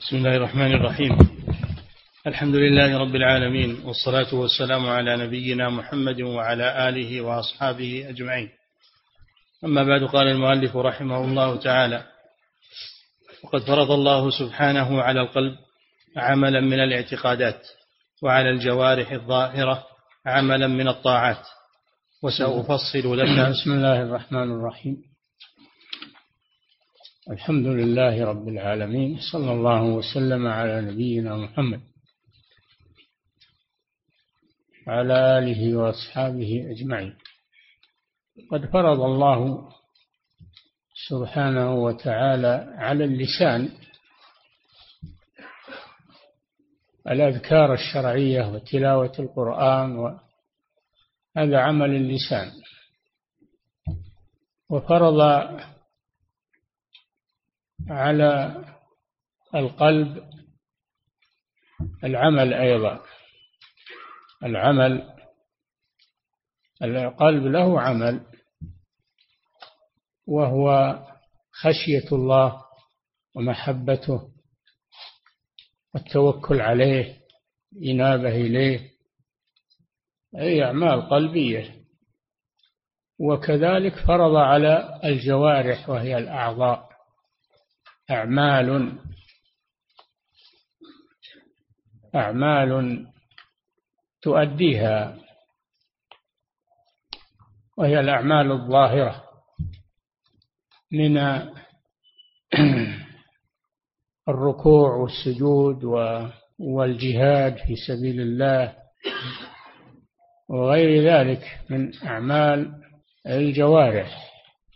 بسم الله الرحمن الرحيم. الحمد لله رب العالمين، والصلاة والسلام على نبينا محمد وعلى آله وأصحابه أجمعين. أما بعد، قال المؤلف رحمه الله تعالى: وقد فرض الله سبحانه على القلب عملا من الاعتقادات، وعلى الجوارح الظاهرة عملا من الطاعات، وسأفصل لك. بسم الله الرحمن الرحيم. الحمد لله رب العالمين، صلى الله وسلم على نبينا محمد وعلى آله وأصحابه أجمعين. قد فرض الله سبحانه وتعالى على اللسان الأذكار الشرعية وتلاوة القرآن، وهذا عمل اللسان. وفرض على القلب العمل أيضا. القلب له عمل، وهو خشية الله ومحبته والتوكل عليه، إنابة إليه، أي أعمال قلبية. وكذلك فرض على الجوارح وهي الأعضاء أعمال تؤديها، وهي الأعمال الظاهرة من الركوع والسجود والجهاد في سبيل الله وغير ذلك من أعمال الجوارح.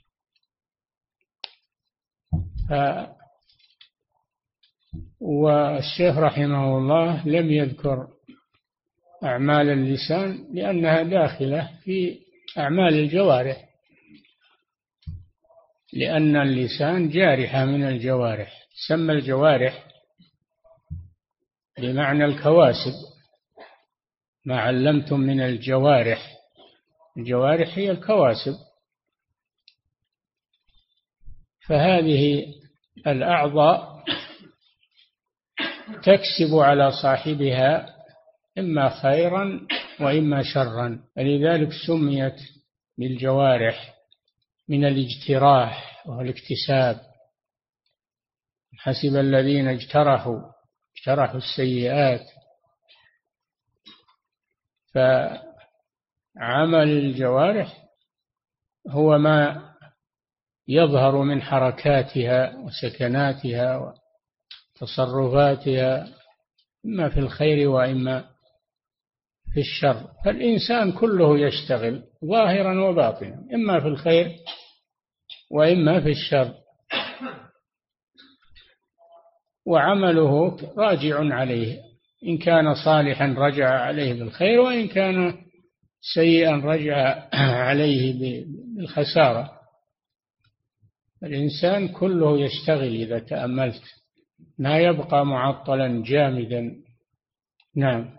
والشيخ رحمه الله لم يذكر أعمال اللسان لأنها داخلة في أعمال الجوارح، لأن اللسان جارحة من الجوارح. سمى الجوارح بمعنى الكواسب، ما علمتم من الجوارح. الجوارح هي الكواسب. فهذه الأعضاء تكسب على صاحبها إما خيرا وإما شرا، فلذلك سميت بالجوارح من الاجتراح والاكتساب. حسب الذين اجترحوا السيئات. فعمل الجوارح هو ما يظهر من حركاتها وسكناتها وتصرفاتها، إما في الخير وإما في الشر. فالإنسان كله يشتغل ظاهرا وباطنا، إما في الخير وإما في الشر، وعمله راجع عليه. إن كان صالحا رجع عليه بالخير، وإن كان سيئا رجع عليه بالخسارة. الإنسان كله يشتغل إذا تأملت، ما يبقى معطلا جامدا. نعم.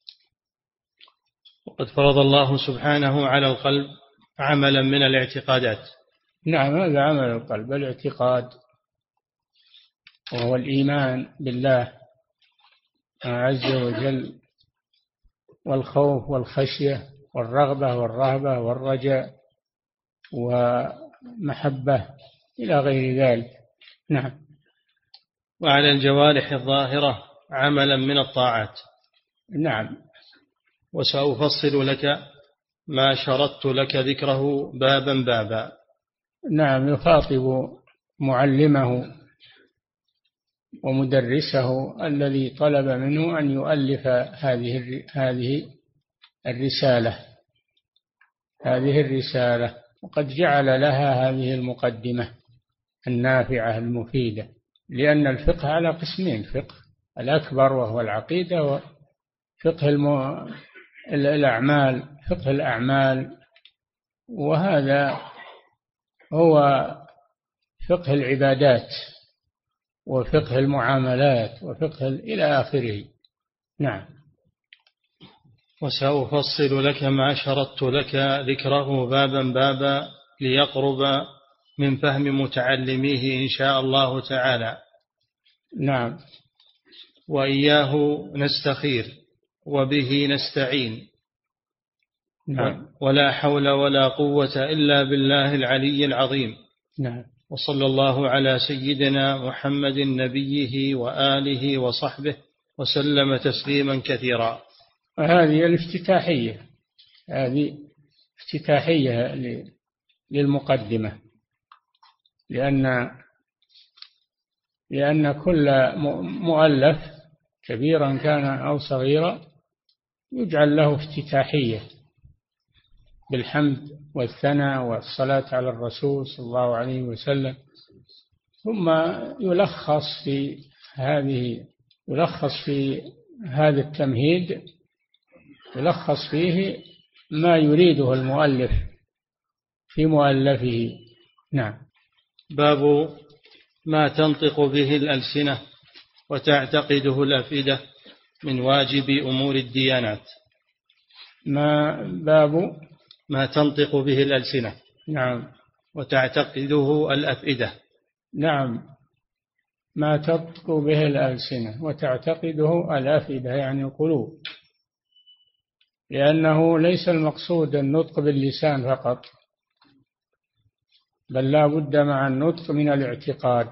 وقد فرض الله سبحانه على القلب عملا من الاعتقادات. نعم، هذا عمل القلب، الاعتقاد، وهو الإيمان بالله عز وجل، والخوف والخشية والرغبة والرهبة والرجاء ومحبة إلى غير ذلك. نعم. وعلى الجوارح الظاهرة عملا من الطاعات. نعم. وسأفصل لك ما شرطت لك ذكره بابا بابا. نعم، يخاطب معلمه ومدرسه الذي طلب منه أن يؤلف هذه الرسالة، وقد جعل لها هذه المقدمة النافعة المفيدة. لأن الفقه على قسمين: فقه الأكبر وهو العقيدة، وفقه الأعمال، فقه الأعمال، وهذا هو فقه العبادات وفقه المعاملات وفقه إلى آخره. نعم. وسأفصل لك ما شرطت لك ذكره بابا بابا ليقرب من فهم متعلميه إن شاء الله تعالى. نعم. وإياه نستخير وبه نستعين. نعم. ولا حول ولا قوة إلا بالله العلي العظيم. نعم. وصلى الله على سيدنا محمد نبيه وآله وصحبه وسلم تسليما كثيرا. هذه الافتتاحية، هذه افتتاحية للمقدمة، لأن كل مؤلف كبيرا كان أو صغيرا يجعل له افتتاحية بالحمد والثناء والصلاة على الرسول صلى الله عليه وسلم، ثم يلخص في هذا التمهيد، يلخص فيه ما يريده المؤلف في مؤلفه. نعم. باب ما تنطق به الألسنة وتعتقده الأفئدة من واجب أمور الديانات. باب ما تنطق به الألسنة. نعم. وتعتقده الأفئدة. نعم. ما تنطق به الألسنة وتعتقده الأفئدة يعني القلوب، لأنه ليس المقصود النطق باللسان فقط، بل لا بد مع النطق من الاعتقاد،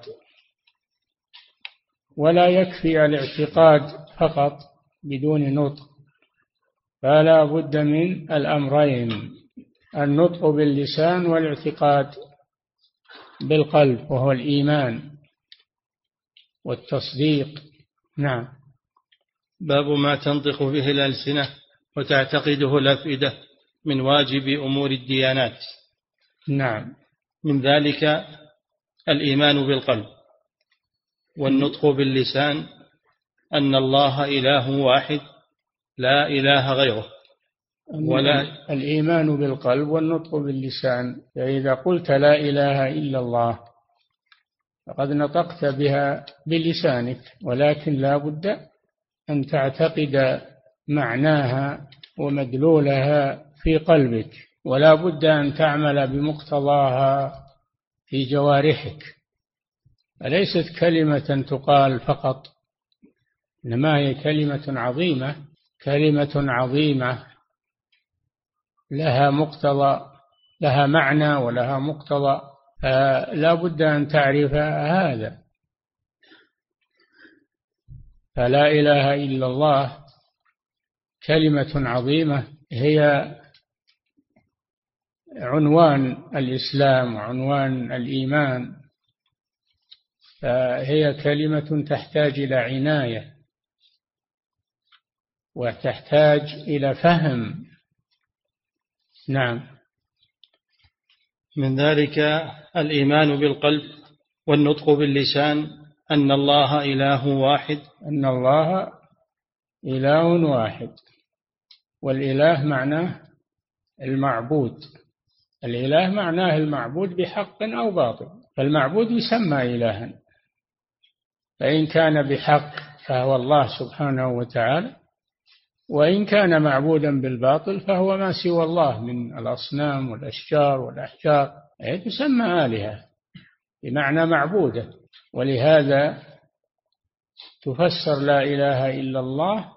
ولا يكفي الاعتقاد فقط بدون نطق، فلا بد من الأمرين، النطق باللسان والاعتقاد بالقلب وهو الإيمان والتصديق. نعم. باب ما تنطق به الألسنة وتعتقده الأفئدة من واجب أمور الديانات. نعم. من ذلك الإيمان بالقلب، والنطق باللسان أن الله إله واحد لا إله غيره. ولا الإيمان بالقلب والنطق باللسان، فإذا قلت لا إله إلا الله فقد نطقت بها بلسانك، ولكن لا بد أن تعتقد معناها ومدلولها في قلبك، ولا بد أن تعمل بمقتضاها في جوارحك، فليست كلمة تقال فقط، إنما هي كلمة عظيمة، كلمة عظيمة لها مقتضى، لها معنى ولها مقتضى، فلا بد أن تعرف هذا. فلا إله إلا الله كلمة عظيمة، هي عنوان الإسلام وعنوان الإيمان، فهي كلمة تحتاج إلى عناية وتحتاج إلى فهم. نعم. من ذلك الإيمان بالقلب والنطق باللسان أن الله إله واحد. أن الله إله واحد، والإله معناه المعبود، الإله معناه المعبود بحق أو باطل، فالمعبود يسمى إلها، فإن كان بحق فهو الله سبحانه وتعالى، وإن كان معبودا بالباطل فهو ما سوى الله من الأصنام والأشجار والأحجار، تسمى آلهة بمعنى معبودة. ولهذا تفسر لا إله إلا الله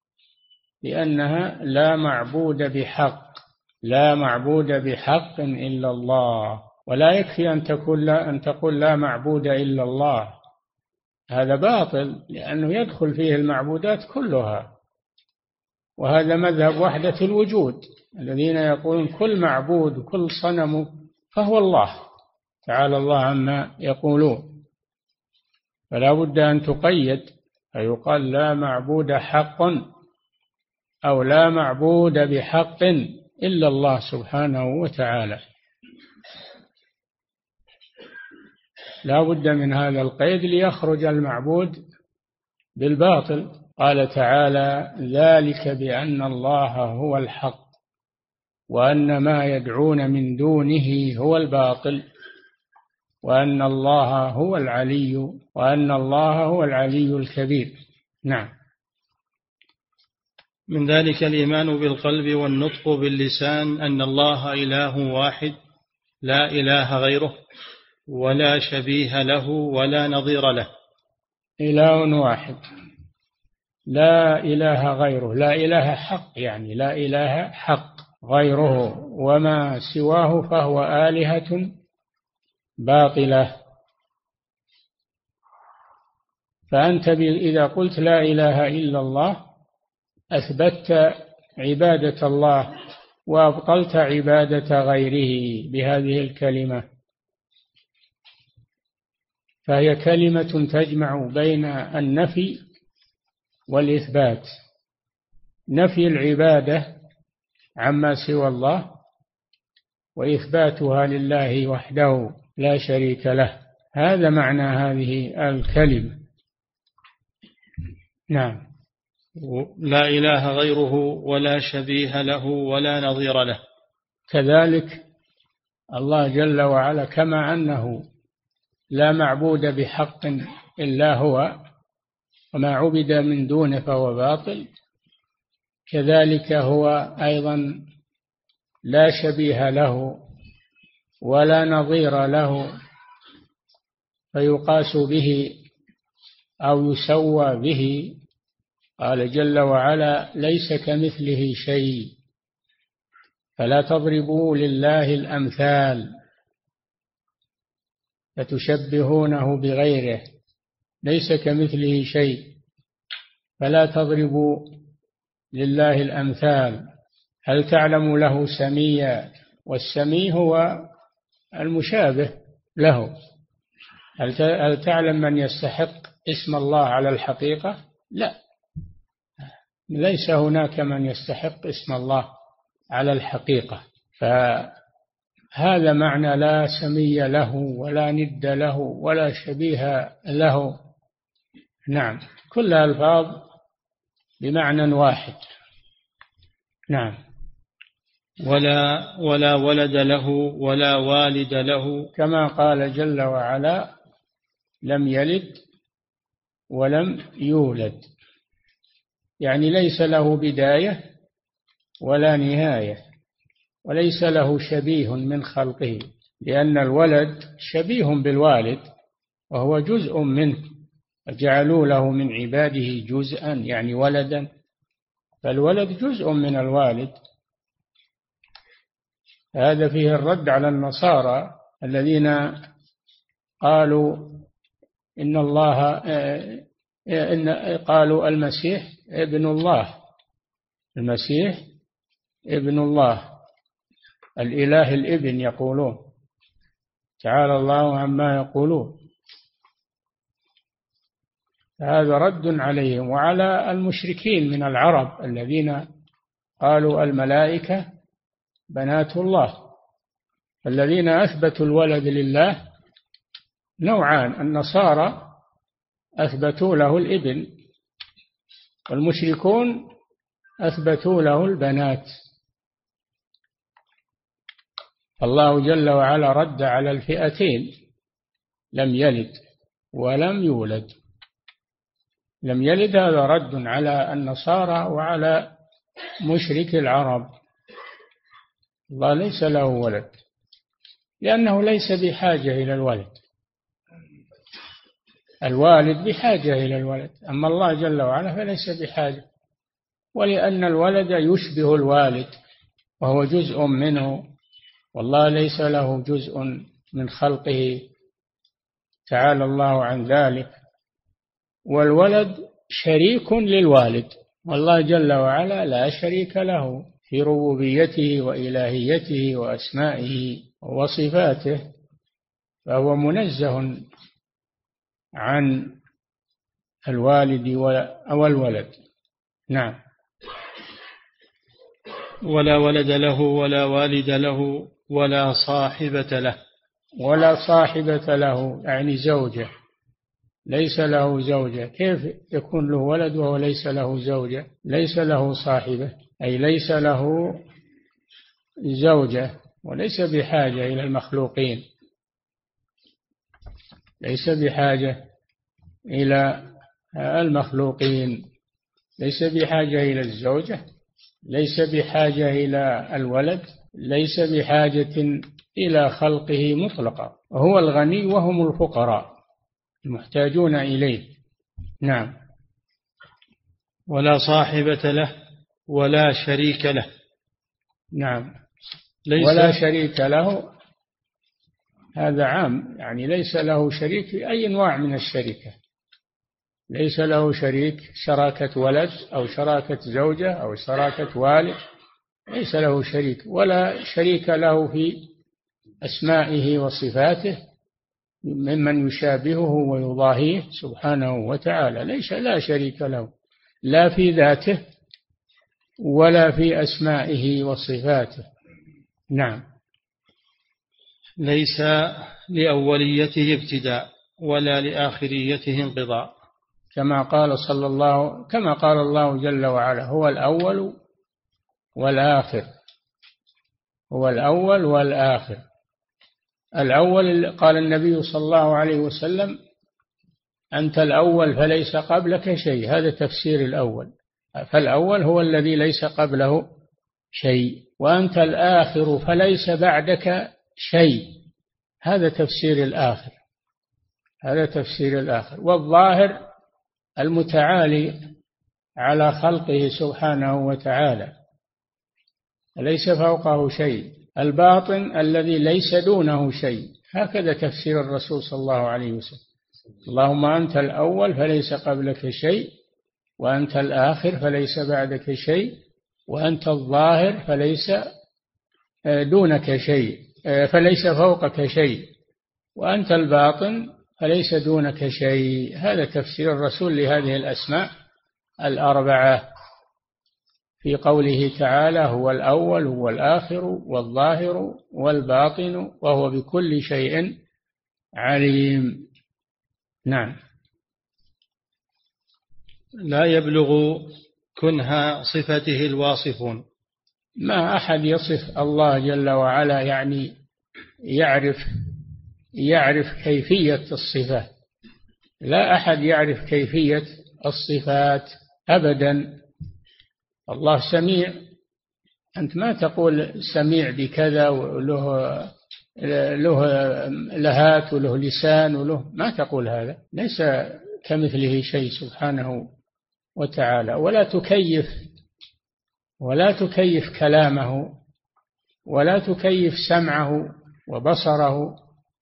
لأنها لا معبود بحق، لا معبود بحق إلا الله، ولا يكفي أن تقول لا معبود إلا الله، هذا باطل، لأنه يدخل فيه المعبودات كلها، وهذا مذهب وحدة الوجود الذين يقولون كل معبود وكل صنم فهو الله، تعالى الله عما يقولون. فلا بد أن تقيد، فيقال لا معبود حق أو لا معبود بحق إلا الله سبحانه وتعالى، لا بد من هذا القيد ليخرج المعبود بالباطل. قال تعالى ذلك بأن الله هو الحق وأن ما يدعون من دونه هو الباطل وأن الله هو العلي الكبير. نعم. من ذلك الإيمان بالقلب والنطق باللسان أن الله إله واحد لا إله غيره ولا شبيه له ولا نظير له. إله واحد لا إله غيره، لا إله حق، يعني لا إله حق غيره، وما سواه فهو آلهة باطلة. فأنت إذا قلت لا إله إلا الله أثبتت عبادة الله وأبطلت عبادة غيره بهذه الكلمة، فهي كلمة تجمع بين النفي والإثبات، نفي العبادة عما سوى الله وإثباتها لله وحده لا شريك له. هذا معنى هذه الكلمة. نعم. لا إله غيره ولا شبيه له ولا نظير له. كذلك الله جل وعلا كما أنه لا معبود بحق إلا هو وما عبد من دونه فهو باطل، كذلك هو أيضا لا شبيه له ولا نظير له فيقاس به أو يسوى به. قال جل وعلا ليس كمثله شيء فلا تضربوا لله الأمثال فتشبهونه بغيره، ليس كمثله شيء فلا تضربوا لله الأمثال. هل تعلم له سميا؟ والسمي هو المشابه له. هل تعلم من يستحق اسم الله على الحقيقة؟ لا، ليس هناك من يستحق اسم الله على الحقيقة. فهذا معنى لا سمي له ولا ند له ولا شبيه له. نعم، كل ألفاظ بمعنى واحد. نعم. ولا ولد له ولا والد له، كما قال جل وعلا لم يلد ولم يولد، يعني ليس له بداية ولا نهاية وليس له شبيه من خلقه، لأن الولد شبيه بالوالد وهو جزء منه، وجعلوا له من عباده جزءا يعني ولدا، فالولد جزء من الوالد. هذا فيه الرد على النصارى الذين قالوا إن الله قالوا المسيح ابن الله، المسيح ابن الله، الإله الابن يقولون، تعالى الله عما يقولون. هذا رد عليهم وعلى المشركين من العرب الذين قالوا الملائكة بنات الله. الذين أثبتوا الولد لله نوعان، النصارى أثبتوا له الابن والمشركون أثبتوا له البنات. الله جل وعلا رد على الفئتين، لم يلد ولم يولد. لم يلد هذا رد على النصارى وعلى مشرك العرب. الله ليس له ولد لأنه ليس بحاجة إلى الولد، الوالد بحاجة إلى الولد، أما الله جل وعلا فليس بحاجة. ولأن الولد يشبه الوالد وهو جزء منه، والله ليس له جزء من خلقه تعالى الله عن ذلك. والولد شريك للوالد، والله جل وعلا لا شريك له في ربوبيته وإلهيته وأسمائه وصفاته، فهو منزه عن الوالد والولد. نعم. ولا ولد له ولا والد له ولا صاحبة له. ولا صاحبة له يعني زوجة، ليس له زوجة. كيف يكون له ولد وهو ليس له زوجة؟ ليس له صاحبة أي ليس له زوجة، وليس بحاجة إلى المخلوقين، ليس بحاجة إلى المخلوقين، ليس بحاجة إلى الزوجة، ليس بحاجة إلى الولد، ليس بحاجة إلى خلقه مطلقا، وهو الغني وهم الفقراء المحتاجون إليه. نعم. ولا صاحبة له ولا شريك له. نعم، ولا شريك له هذا عام، يعني ليس له شريك في أي أنواع من الشركة، ليس له شريك شراكة ولد أو شراكة زوجة أو شراكة والد، ليس له شريك، ولا شريك له في أسمائه وصفاته ممن يشابهه ويضاهيه سبحانه وتعالى، ليس لا شريك له لا في ذاته ولا في أسمائه وصفاته. نعم. ليس لأوليته ابتداء ولا لآخريته انقضاء، كما قال الله جل وعلا: هو الأول والآخر، هو الأول والآخر. الأول قال النبي صلى الله عليه وسلم: أنت الأول فليس قبلك شيء، هذا تفسير الأول، فالأول هو الذي ليس قبله شيء، وأنت الآخر فليس بعدك شيء، هذا تفسير الآخر، هذا تفسير الآخر. والظاهر المتعالي على خلقه سبحانه وتعالى ليس فوقه شيء، الباطن الذي ليس دونه شيء، هكذا تفسير الرسول صلى الله عليه وسلم: اللهم أنت الأول فليس قبلك شيء، وأنت الآخر فليس بعدك شيء، وأنت الظاهر فليس دونك شيء، فليس فوقك شيء، وأنت الباطن فليس دونك شيء. هذا تفسير الرسول لهذه الأسماء الأربعة في قوله تعالى: هو الأول هو الآخر والظاهر والباطن وهو بكل شيء عليم. نعم. لا يبلغ كنها صفته الواصفون، ما أحد يصف الله جل وعلا يعني يعرف كيفية الصفات، لا أحد يعرف كيفية الصفات أبدا. الله سميع، أنت ما تقول سميع بكذا وله لهات وله لسان وله، ما تقول هذا، ليس كمثله شيء سبحانه وتعالى. ولا تكيف كلامه، ولا تكيف سمعه وبصره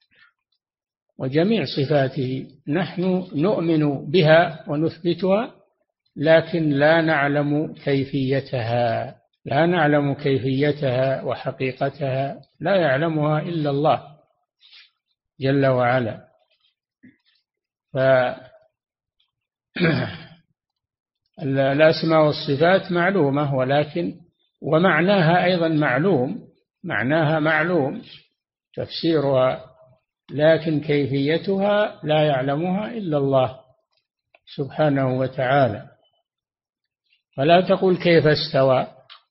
وجميع صفاته. نحن نؤمن بها ونثبتها، لكن لا نعلم كيفيتها وحقيقتها، لا يعلمها إلا الله جل وعلا. الأسماء والصفات معلومة، ومعناها أيضا معلوم، معناها معلوم تفسيرها، لكن كيفيتها لا يعلمها إلا الله سبحانه وتعالى. فلا تقول كيف استوى،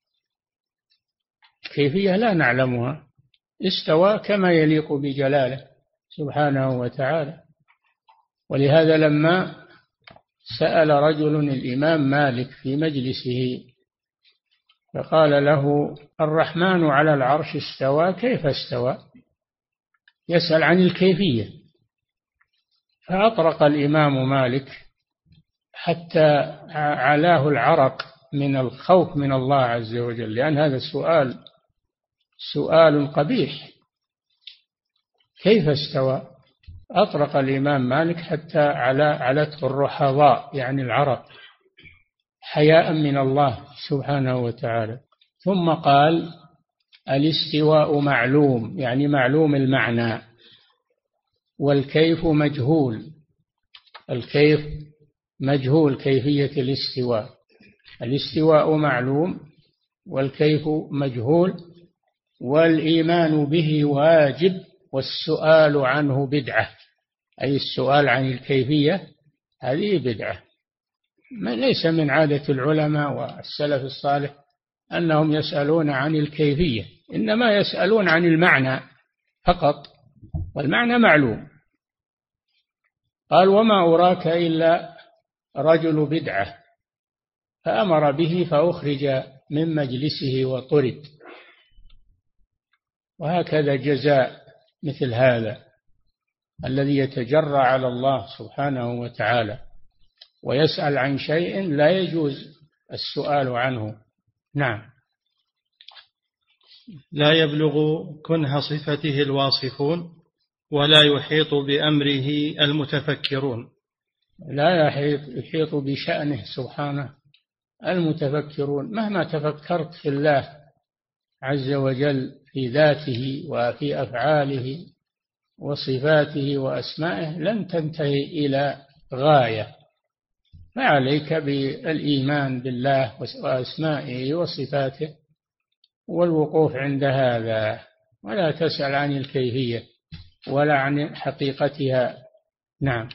كيفية لا نعلمها، استوى كما يليق بجلاله سبحانه وتعالى. ولهذا لما سأل رجل الإمام مالك في مجلسه فقال له: الرحمن على العرش استوى، كيف استوى؟ يسأل عن الكيفية. فأطرق الإمام مالك حتى علاه العرق من الخوف من الله عز وجل، لأن هذا سؤال قبيح، كيف استوى؟ أطرق الإمام مالك حتى علته الرحضاء، يعني العرق، حياء من الله سبحانه وتعالى. ثم قال: الاستواء معلوم، يعني معلوم المعنى، والكيف مجهول، الكيف مجهول، كيفية الاستواء معلوم والكيف مجهول، والإيمان به واجب، والسؤال عنه بدعة، أي السؤال عن الكيفية هذه بدعة، ليس من عادة العلماء والسلف الصالح أنهم يسألون عن الكيفية، إنما يسألون عن المعنى فقط، والمعنى معلوم. قال: وما أراك إلا رجل بدعة، فأمر به فأخرج من مجلسه وطرد. وهكذا جزاء مثل هذا الذي يتجرأ على الله سبحانه وتعالى. ويسأل عن شيء لا يجوز السؤال عنه. نعم. لا يبلغ كنه صفته الواصفون ولا يحيط بأمره المتفكرون. لا يحيط بشأنه سبحانه المتفكرون. مهما تفكرت في الله عز وجل في ذاته وفي أفعاله وصفاته وأسمائه لن تنتهي إلى غاية. فعليك بالإيمان بالله وأسمائه وصفاته والوقوف عند هذا، ولا تسأل عن الكيفية ولا عن حقيقتها. نعم.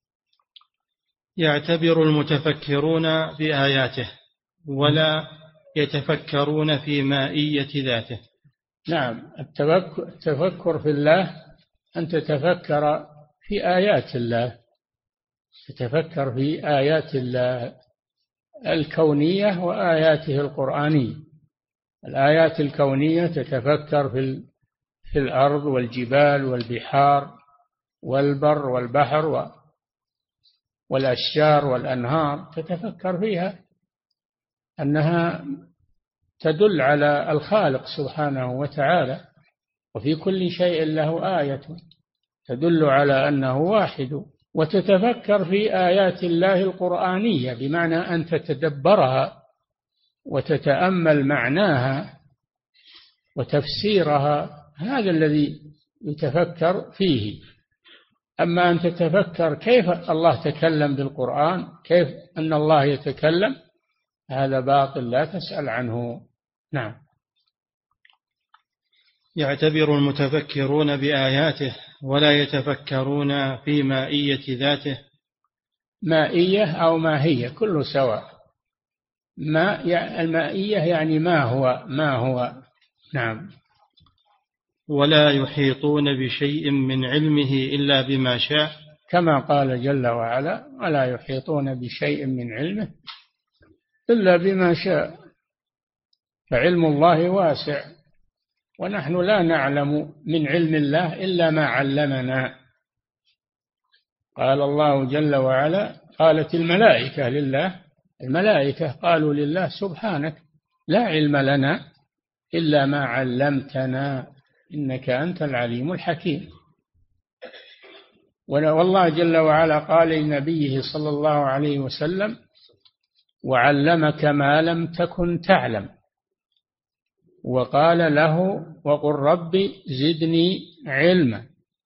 يعتبر المتفكرون بآياته ولا يتفكرون في مائية ذاته. نعم. التفكر في الله أن تتفكر في آيات الله، تتفكر في آيات الله الكونية وآياته القرآنية. الآيات الكونية تتفكر في الأرض والجبال والبحار والبر والبحر والأشجار والأنهار، تتفكر فيها أنها تدل على الخالق سبحانه وتعالى، وفي كل شيء له آية تدل على أنه واحد. وتتفكر في آيات الله القرآنية بمعنى أن تتدبرها وتتأمل معناها وتفسيرها، هذا الذي يتفكر فيه. أما أن تتفكر كيف الله تكلم بالقرآن، كيف أن الله يتكلم، هذا باطل لا تسأل عنه. نعم. يعتبر المتفكرون بآياته ولا يتفكرون في مائية ذاته. مائية أو ماهية كل سواء. المائية يعني ما هو. نعم. ولا يحيطون بشيء من علمه إلا بما شاء، كما قال جل وعلا: ولا يحيطون بشيء من علمه إلا بما شاء. فعلم الله واسع، ونحن لا نعلم من علم الله إلا ما علمنا. قال الله جل وعلا: قالت الملائكة لله، الملائكة قالوا لله: سبحانك لا علم لنا إلا ما علمتنا إنك أنت العليم الحكيم. والله جل وعلا قال لنبيه صلى الله عليه وسلم: وعلمك ما لم تكن تعلم. وقال له: وقل رب زدني علما.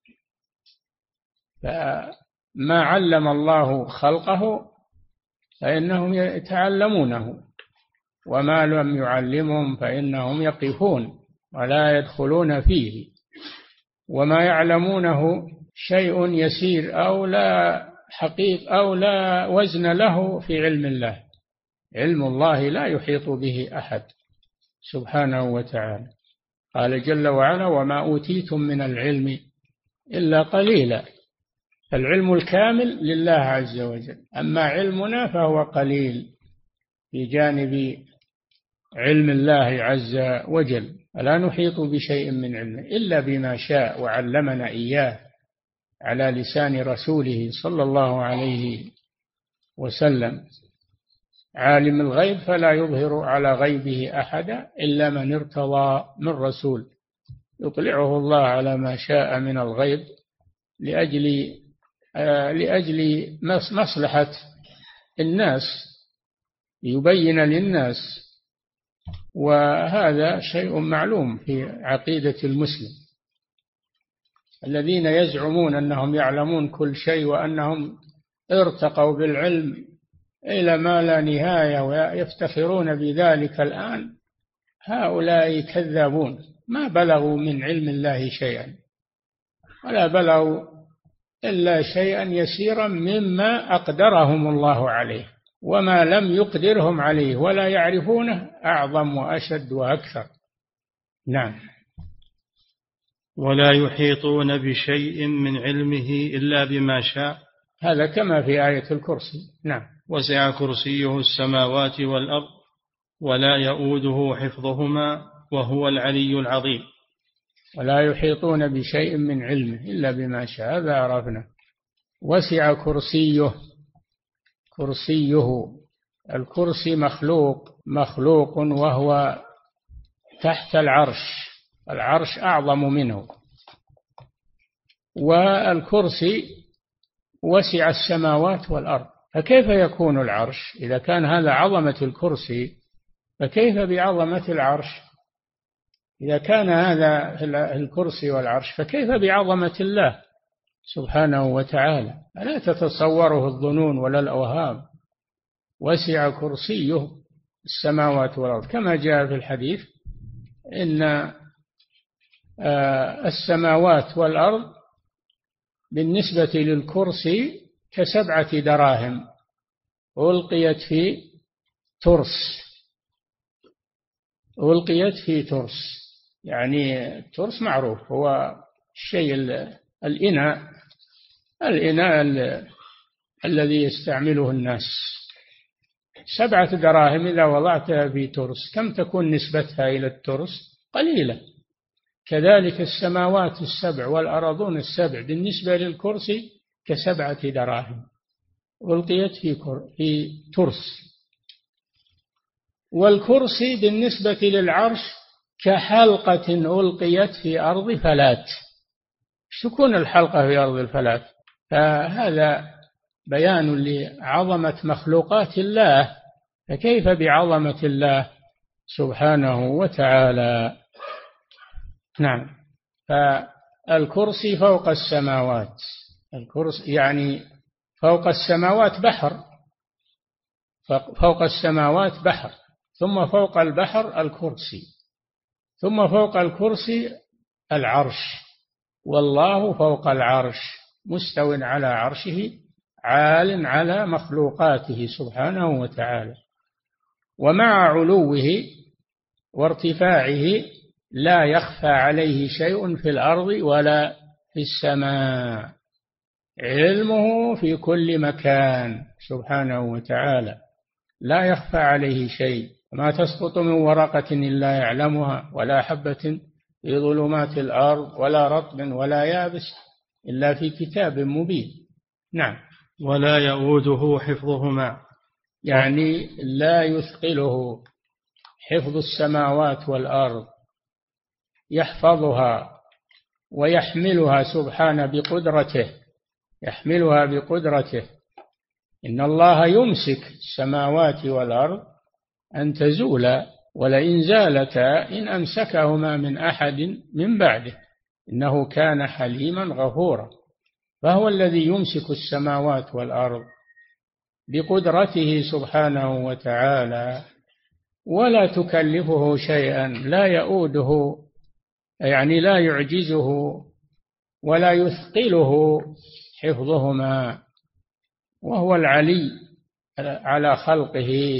فما علم الله خلقه فإنهم يتعلمونه، وما لم يعلمهم فإنهم يقفون ولا يدخلون فيه، وما يعلمونه شيء يسير أو لا حقيق أو لا وزن له في علم الله. علم الله لا يحيط به أحد سبحانه وتعالى. قال جل وعلا: وما أوتيتم من العلم إلا قليلا. العلم الكامل لله عز وجل، أما علمنا فهو قليل في جانب علم الله عز وجل. فلا نحيط بشيء من علمه إلا بما شاء وعلمنا إياه على لسان رسوله صلى الله عليه وسلم. عالم الغيب فلا يظهر على غيبه أحدا إلا من ارتضى من رسول، يطلعه الله على ما شاء من الغيب لأجل مصلحة الناس، ليبين للناس. وهذا شيء معلوم في عقيدة المسلم. الذين يزعمون أنهم يعلمون كل شيء وأنهم ارتقوا بالعلم إلى ما لا نهاية ويفتخرون بذلك الآن، هؤلاء كذابون. ما بلغوا من علم الله شيئا، ولا بلغوا إلا شيئا يسيرا مما أقدرهم الله عليه، وما لم يقدرهم عليه ولا يعرفونه أعظم وأشد وأكثر. نعم. ولا يحيطون بشيء من علمه إلا بما شاء، هذا كما في آية الكرسي. نعم. وسع كرسيه السماوات والأرض ولا يؤوده حفظهما وهو العلي العظيم. ولا يحيطون بشيء من علمه إلا بما شاء، هذا عرفنا. وسع كرسيه، كرسيه. الكرسي مخلوق وهو تحت العرش، العرش أعظم منه، والكرسي وسع السماوات والأرض، فكيف يكون العرش إذا كان هذا عظمة الكرسي؟ فكيف بعظمة العرش؟ إذا كان هذا الكرسي والعرش فكيف بعظمة الله سبحانه وتعالى؟ ألا تتصوره الظنون ولا الأوهام. وسع كرسيه السماوات والأرض، كما جاء في الحديث إن السماوات والأرض بالنسبة للكرسي ك7 دراهم ألقيت في ترس. يعني الترس معروف، هو الشيء الإناء الذي يستعمله الناس. 7 دراهم إذا وضعتها في ترس كم تكون نسبتها إلى الترس؟ قليلة. كذلك السماوات ال7 والأرضون ال7 بالنسبة للكرسي ك7 دراهم ألقيت في ترس. والكرسي بالنسبة للعرش كحلقة ألقيت في أرض فلات. تكون الحلقة في أرض الفلات. فهذا بيان لعظمة مخلوقات الله، فكيف بعظمة الله سبحانه وتعالى؟ نعم. فالكرسي فوق السماوات، الكرسي يعني فوق السماوات بحر، فوق السماوات بحر، ثم فوق البحر الكرسي، ثم فوق الكرسي العرش، والله فوق العرش مستو على عرشه عال على مخلوقاته سبحانه وتعالى. ومع علوه وارتفاعه لا يخفى عليه شيء في الأرض ولا في السماء، علمه في كل مكان سبحانه وتعالى، لا يخفى عليه شيء. ما تسقط من ورقة إلا يعلمها، ولا حبة في ظلمات الأرض ولا رطب ولا يابس إلا في كتاب مبين. نعم. ولا يؤوده حفظهما، يعني لا يثقله حفظ السماوات والأرض، يحفظها ويحملها سبحانه بقدرته، يحملها بقدرته. إن الله يمسك السماوات والأرض أن تزولا، ولئن زالتا إن أمسكهما من أحد من بعده إنه كان حليما غفورا. فهو الذي يمسك السماوات والأرض بقدرته سبحانه وتعالى، ولا تكلفه شيئا، لا يؤوده يعني لا يعجزه ولا يثقله حفظهما، وهو العلي على خلقه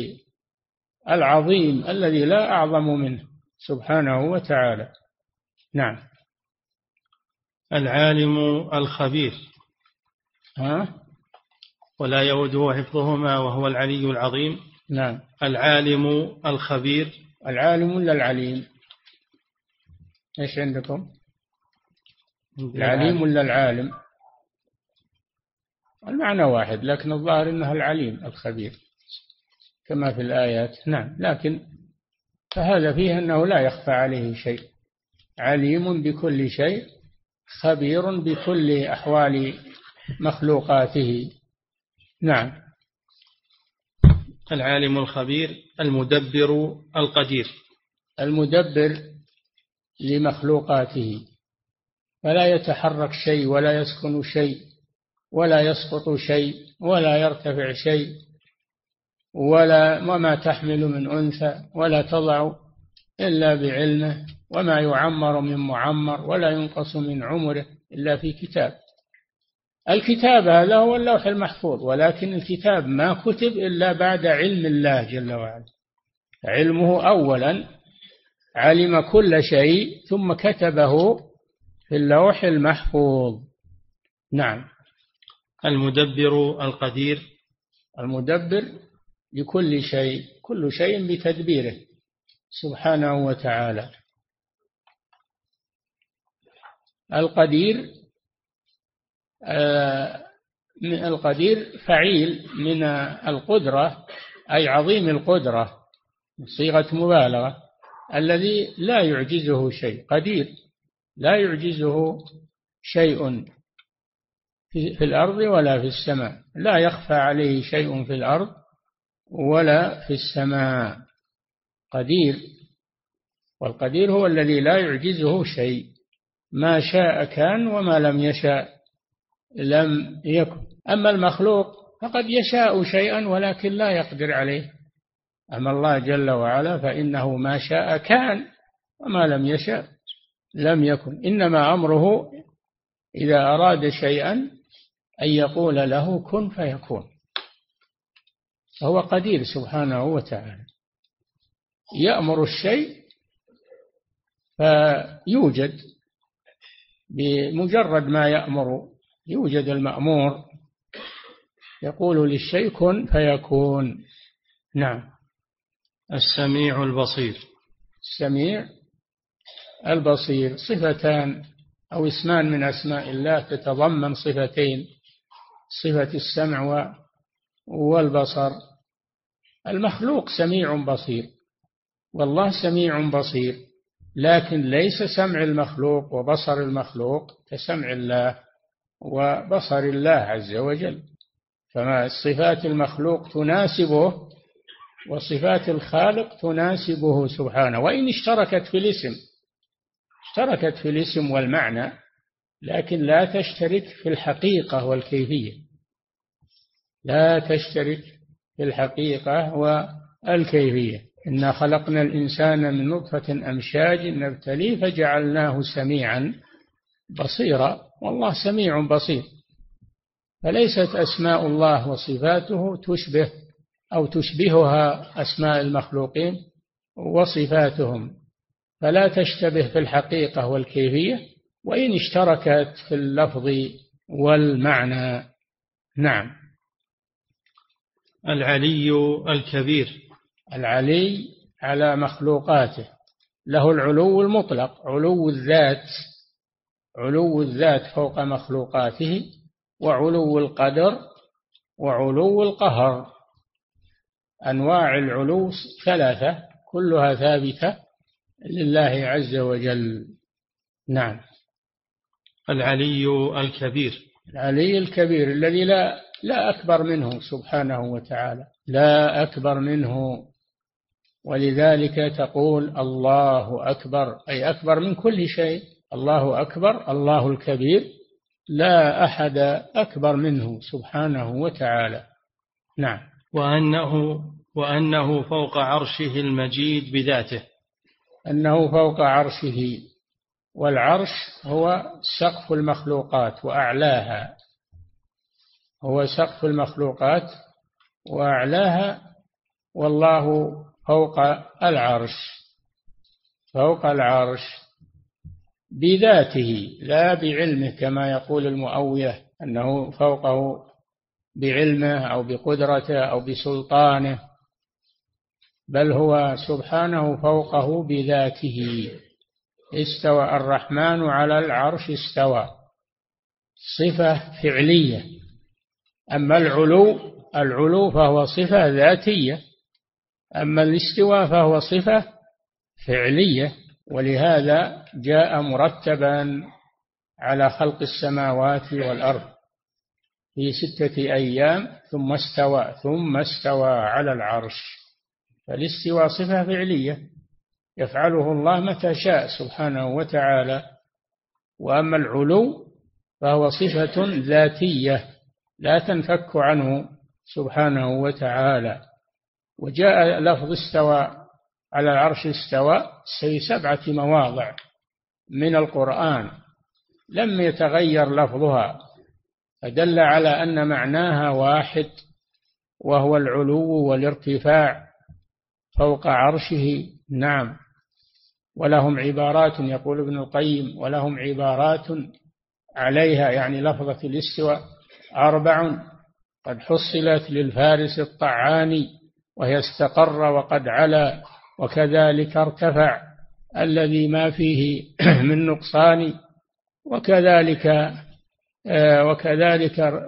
العظيم الذي لا أعظم منه سبحانه وتعالى. نعم. العالم الخبير. ولا يؤوده حفظهما وهو العلي العظيم. نعم. العالم الخبير. العالم ولا العليم؟ ايش عندكم؟ العليم ولا العالم؟ المعنى واحد، لكن الظاهر انها العليم الخبير كما في الآيات. نعم. لكن فهذا فيه أنه لا يخفى عليه شيء، عليم بكل شيء، خبير بكل أحوال مخلوقاته. نعم. العالم الخبير. المدبر القدير. المدبر لمخلوقاته، فلا يتحرك شيء ولا يسكن شيء ولا يسقط شيء ولا يرتفع شيء، وما تحمل من أنثى ولا تضع إلا بعلمه، وما يعمر من معمر ولا ينقص من عمره إلا في كتاب. الكتاب هذا هو اللوح المحفوظ، ولكن الكتاب ما كتب إلا بعد علم الله جل وعلا. علمه أولا علم كل شيء ثم كتبه في اللوح المحفوظ. نعم. المدبر القدير. المدبر لكل شيء، كل شيء بتدبيره سبحانه وتعالى. القدير القدير فعيل من القدرة، أي عظيم القدرة، صيغة مبالغة، الذي لا يعجزه شيء، قدير لا يعجزه شيء في الأرض ولا في السماء، لا يخفى عليه شيء في الأرض ولا في السماء، قدير. والقدير هو الذي لا يعجزه شيء، ما شاء كان وما لم يشاء لم يكن. أما المخلوق فقد يشاء شيئا ولكن لا يقدر عليه، أما الله جل وعلا فإنه ما شاء كان وما لم يشاء لم يكن. إنما أمره إذا أراد شيئا أن يقول له كن فيكون، فهو قدير سبحانه وتعالى، يأمر الشيء فيوجد، بمجرد ما يأمر يوجد المأمور، يقول للشيء كن فيكون. نعم. السميع البصير. السميع البصير صفتان أو اسمان من أسماء الله تتضمن صفتين، صفة السمع والبصر. المخلوق سميع بصير والله سميع بصير، لكن ليس سمع المخلوق وبصر المخلوق كسمع الله وبصر الله عز وجل، فما صفات المخلوق تناسبه وصفات الخالق تناسبه سبحانه، وإن اشتركت في الاسم والمعنى، لكن لا تشترك في الحقيقة والكيفية، لا تشترك في الحقيقة والكيفية. إنا خلقنا الإنسان من نطفة أمشاج نبتليه فجعلناه سميعا بصيرا، والله سميع بصير. فليست أسماء الله وصفاته تشبه أو تشبهها أسماء المخلوقين وصفاتهم، فلا تشتبه في الحقيقة والكيفية، وإن اشتركت في اللفظ والمعنى. نعم. العلي الكبير. العلي على مخلوقاته، له العلو المطلق، علو الذات فوق مخلوقاته، وعلو القدر، وعلو القهر. أنواع العلو ثلاثة كلها ثابتة لله عز وجل. نعم. العلي الكبير. العلي الكبير الذي لا أكبر منه سبحانه وتعالى، لا أكبر منه، ولذلك تقول الله أكبر، أي أكبر من كل شيء، الله أكبر، الله الكبير، لا أحد أكبر منه سبحانه وتعالى. نعم. وأنه فوق عرشه المجيد بذاته. أنه فوق عرشه، والعرش هو سقف المخلوقات وأعلاها، هو سقف المخلوقات وأعلاها، والله فوق العرش، فوق العرش بذاته لا بعلمه كما يقول المؤوية أنه فوقه بعلمه أو بقدرته أو بسلطانه، بل هو سبحانه فوقه بذاته. استوى الرحمن على العرش استوى، صفة فعلية. أما العلو فهو صفة ذاتية، أما الاستواء فهو صفة فعلية، ولهذا جاء مرتبا على خلق السماوات والأرض في 6 أيام ثم استوى على العرش. فالاستواء صفة فعلية يفعله الله متى شاء سبحانه وتعالى، وأما العلو فهو صفة ذاتية لا تنفك عنه سبحانه وتعالى. وجاء لفظ استوى على العرش استوى في 7 مواضع من القرآن لم يتغير لفظها، فدل على أن معناها واحد، وهو العلو والارتفاع فوق عرشه. نعم. ولهم عبارات، يقول ابن القيم، ولهم عبارات عليها، يعني لفظة الاستواء 4 قد حصلت للفارس الطعاني، وهي استقر وقد علا وكذلك ارتفع الذي ما فيه من نقصان، وكذلك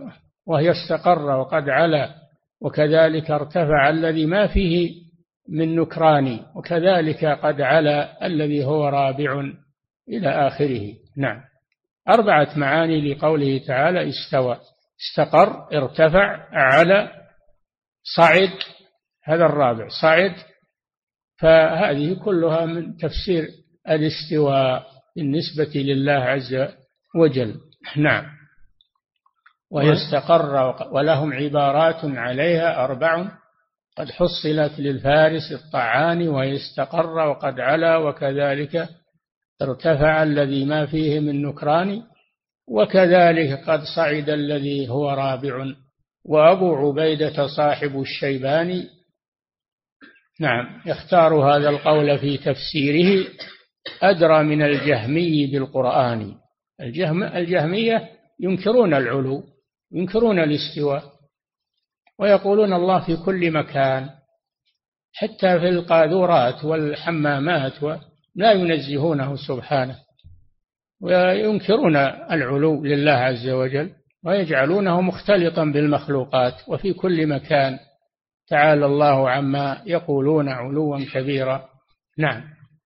وهي استقر وقد علا، وكذلك ارتفع الذي ما فيه من نكران، وكذلك قد علا الذي هو رابع إلى آخره. نعم. 4 معاني لقوله تعالى استوى: استقر، ارتفع، علا، صعد، هذا الرابع صعد. فهذه كلها من تفسير الاستواء بالنسبة لله عز وجل. نعم. وهي استقر ولهم عبارات عليها 4 قد حصلت للفارس الطعان، وهي استقر وقد علا، وكذلك ارتفع الذي ما فيه من نكران، وكذلك قد صعد الذي هو رابع. وأبو عبيدة صاحب الشيباني نعم يختار هذا القول في تفسيره أدرى من الجهمي بالقرآن. الجهمية ينكرون العلو، ينكرون الاستواء، ويقولون الله في كل مكان، حتى في القاذورات والحمامات لا ينزهونه سبحانه، وينكرون العلو لله عز وجل، ويجعلونه مختلطا بالمخلوقات وفي كل مكان. تعالى الله عما يقولون علوا كبيرا. نعم.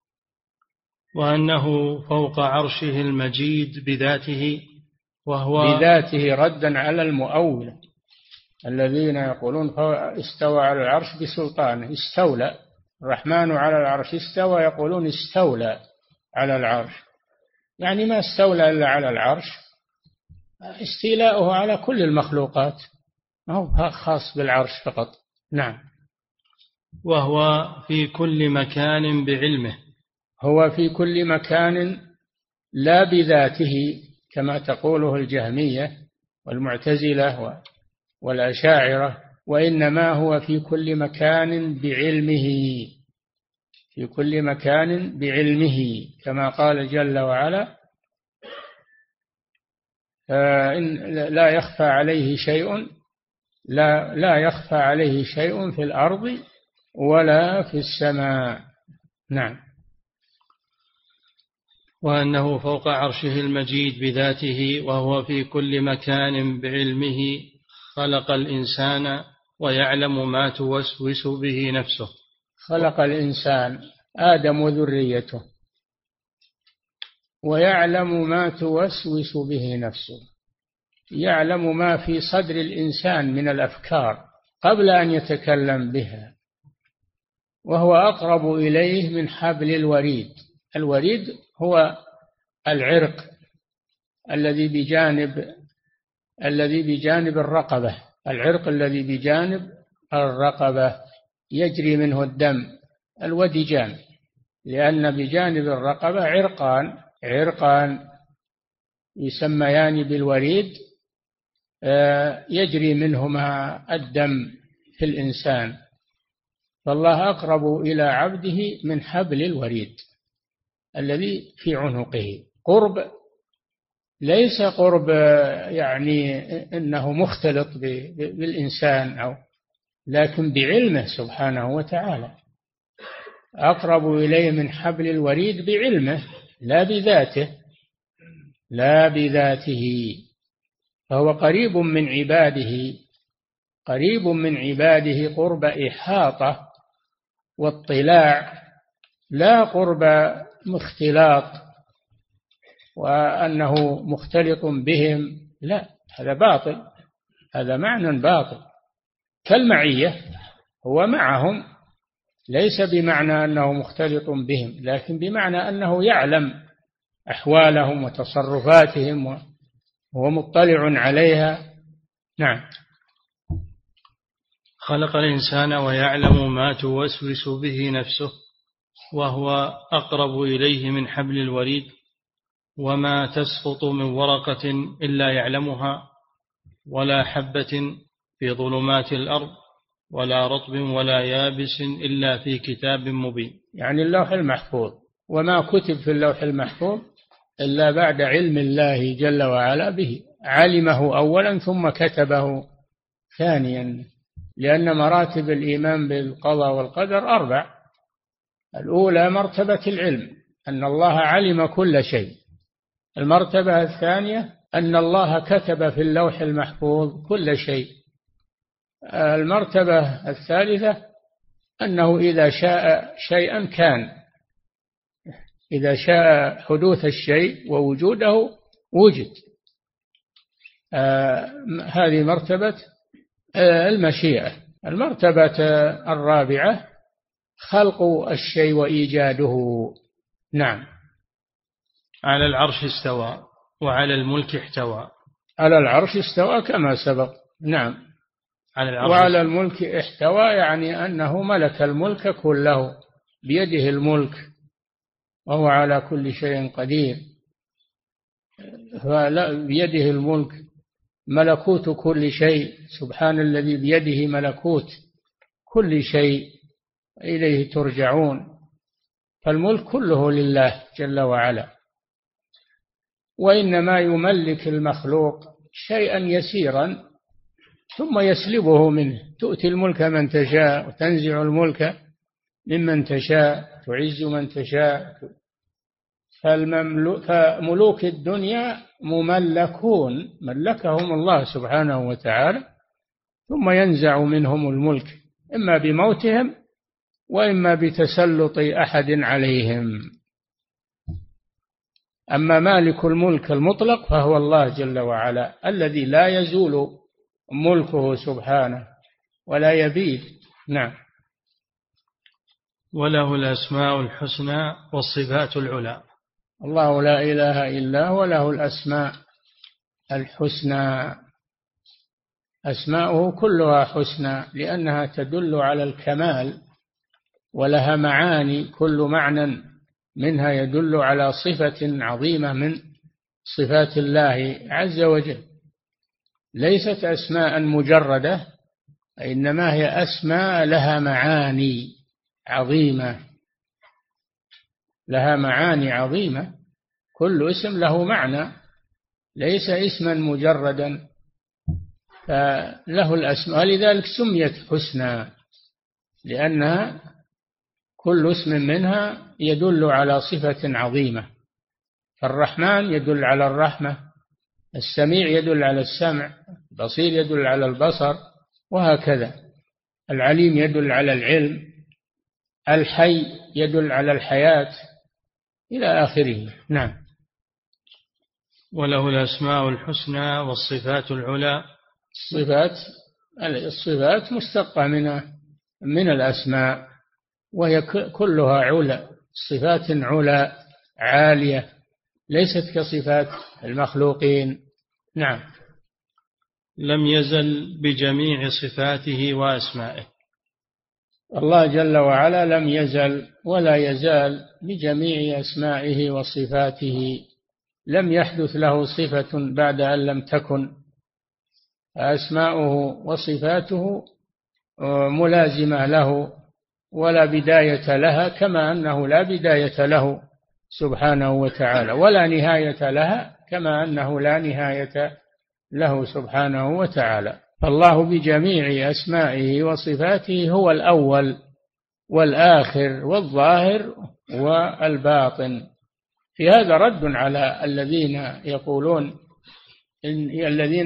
وأنه فوق عرشه المجيد بذاته، وهو بذاته ردا على المؤولة الذين يقولون استوى على العرش بسلطانه. استولى الرحمن على العرش استوى، يقولون استولى على العرش، يعني ما استولى إلا على العرش، استيلاؤه على كل المخلوقات، ما هو خاص بالعرش فقط. نعم. وهو في كل مكان بعلمه، هو في كل مكان لا بذاته كما تقوله الجهمية والمعتزلة والأشاعرة، وإنما هو في كل مكان بعلمه، في كل مكان بعلمه، كما قال جل وعلا لا يخفى عليه شيء، لا يخفى عليه شيء في الأرض ولا في السماء. نعم. وأنه فوق عرشه المجيد بذاته، وهو في كل مكان بعلمه، خلق الإنسان ويعلم ما توسوس به نفسه. خلق الإنسان آدم وذريته ويعلم ما توسوس به نفسه، يعلم ما في صدر الإنسان من الأفكار قبل أن يتكلم بها، وهو أقرب إليه من حبل الوريد. الوريد هو العرق الذي بجانب الرقبة، العرق الذي بجانب الرقبة يجري منه الدم، الوديجان، لأن بجانب الرقبة عرقان يسميان بالوريد، يجري منهما الدم في الإنسان. فالله أقرب إلى عبده من حبل الوريد الذي في عنقه. قرب ليس قرب يعني أنه مختلط بالإنسان، لكن بعلمه سبحانه وتعالى، أقرب إليه من حبل الوريد بعلمه لا بذاته. فهو قريب من عباده قرب إحاطة واطلاع، لا قرب اختلاط وأنه مختلط بهم، لا، هذا باطل، هذا معنى باطل. كالمعية، هو معهم ليس بمعنى أنه مختلط بهم، لكن بمعنى أنه يعلم أحوالهم وتصرفاتهم وهو مطلع عليها. نعم. خلق الإنسان ويعلم ما توسوس به نفسه، وهو أقرب إليه من حبل الوريد، وما تسقط من ورقة إلا يعلمها، ولا حبة في ظلمات الأرض، ولا رطب ولا يابس إلا في كتاب مبين. يعني اللوح المحفوظ، وما كتب في اللوح المحفوظ إلا بعد علم الله جل وعلا به، علمه أولا ثم كتبه ثانيا، لأن مراتب الإيمان بالقضاء والقدر 4. الأولى مرتبة العلم، أن الله علم كل شيء. المرتبة الثانية أن الله كتب في اللوح المحفوظ كل شيء. المرتبة الثالثة أنه إذا شاء شيئا كان، إذا شاء حدوث الشيء ووجوده وجد. هذه مرتبة المشيئة. المرتبة الرابعة خلق الشيء وإيجاده. نعم. على العرش استوى وعلى الملك احتوى. على العرش استوى كما سبق. نعم. على العرش وعلى الملك احتوى يعني أنه ملك الملك كله، بيده الملك وهو على كل شيء قدير. بيده الملك، ملكوت كل شيء. سبحان الذي بيده ملكوت كل شيء، إليه ترجعون. فالملك كله لله جل وعلا، وإنما يملك المخلوق شيئا يسيرا ثم يسلبه منه. تؤتي الملك من تشاء وتنزع الملك ممن تشاء، تعز من تشاء. فملوك الدنيا مملكون، ملكهم الله سبحانه وتعالى، ثم ينزع منهم الملك إما بموتهم وإما بتسلط أحد عليهم. أما مالك الملك المطلق فهو الله جل وعلا الذي لا يزول ملكه سبحانه ولا يبيد. نعم. وله الأسماء الحسنى والصفات العلى. الله لا إله إلا هو، له الأسماء الحسنى. أسماؤه كلها حسنى لأنها تدل على الكمال، ولها معاني، كل معنى منها يدل على صفة عظيمة من صفات الله عز وجل. ليست أسماء مجردة، إنما هي أسماء لها معاني عظيمة، لها معاني عظيمة. كل اسم له معنى، ليس اسما مجردا، فله الأسماء. لذلك سميت حسنى، لأنها كل اسم منها يدل على صفة عظيمة. فالرحمن يدل على الرحمة، السميع يدل على السمع، البصير يدل على البصر، وهكذا. العليم يدل على العلم، الحي يدل على الحياة، إلى آخره. نعم. وله الأسماء الحسنى والصفات العلى. الصفات مشتقة من الأسماء، وهي كلها علا، صفات علا عالية، ليست كصفات المخلوقين. نعم. لم يزل بجميع صفاته وأسمائه. الله جل وعلا لم يزل ولا يزال بجميع أسمائه وصفاته. لم يحدث له صفة بعد أن لم تكن. أسماؤه وصفاته ملازمة له ولا بداية لها، كما أنه لا بداية له سبحانه وتعالى، ولا نهاية لها كما أنه لا نهاية له سبحانه وتعالى. فالله بجميع أسمائه وصفاته هو الأول والآخر والظاهر والباطن. في هذا رد على الذين يقولون الذين